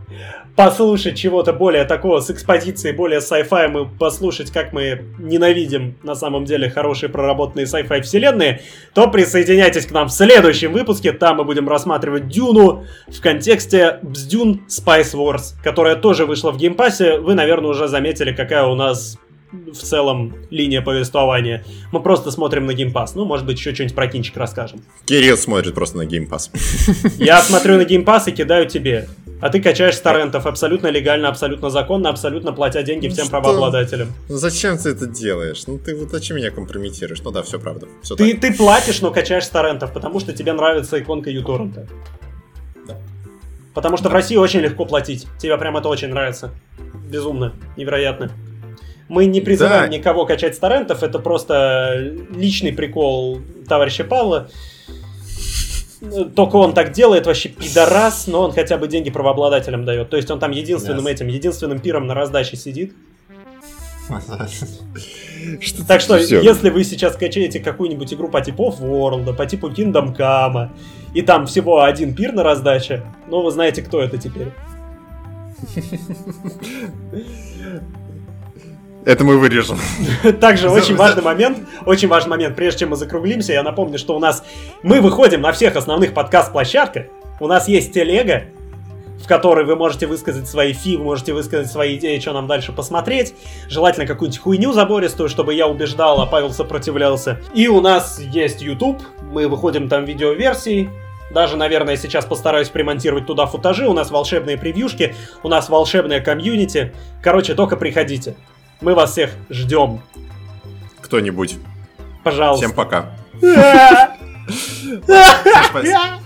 послушать чего-то более такого с экспозицией, более sci-fi, и послушать, как мы ненавидим на самом деле хорошие проработанные sci-fi вселенные, то присоединяйтесь к нам в следующем выпуске. Там мы будем рассматривать Дюну в контексте Бздюн Spice Wars, которая тоже вышла в геймпассе. Вы, наверное, уже заметили, какая у нас в целом линия повествования. Мы просто смотрим на геймпасс. Ну, может быть, еще что-нибудь про кинчик расскажем. Кирилл смотрит просто на геймпасс. Я смотрю на геймпасс и кидаю тебе. А ты качаешь с торрентов абсолютно легально, абсолютно законно, абсолютно платя деньги всем что? правообладателям. Ну зачем ты это делаешь? Ну ты вот зачем меня компрометируешь? Ну да, все правда. Все ты, ты платишь, но качаешь с торрентов, потому что тебе нравится иконка uTorrent. Да. Потому что да. в России очень легко платить. Тебе прям это очень нравится. Безумно, невероятно. Мы не призываем да. никого качать с торрентов, это просто личный прикол товарища Павла. Только он так делает, вообще пидорас, но он хотя бы деньги правообладателям дает. То есть он там единственным yes. этим, единственным пиром на раздаче сидит. Что так что, все. Если вы сейчас качаете какую-нибудь игру по типу Off-World, по типу Kingdom Come, и там всего один пир на раздаче, ну вы знаете, кто это теперь. Это мы вырежем. Также очень важный момент, очень важный момент, прежде чем мы закруглимся, я напомню, что у нас, мы выходим на всех основных подкаст-площадках, у нас есть телега, в которой вы можете высказать свои фи, вы можете высказать свои идеи, что нам дальше посмотреть, желательно какую-нибудь хуйню забористую, чтобы я убеждал, а Павел сопротивлялся. И у нас есть YouTube, мы выходим там видеоверсии. Даже, наверное, сейчас постараюсь примонтировать туда футажи, у нас волшебные превьюшки, у нас волшебное комьюнити. Короче, только приходите. Мы вас всех ждем. Кто-нибудь. Пожалуйста. Всем пока.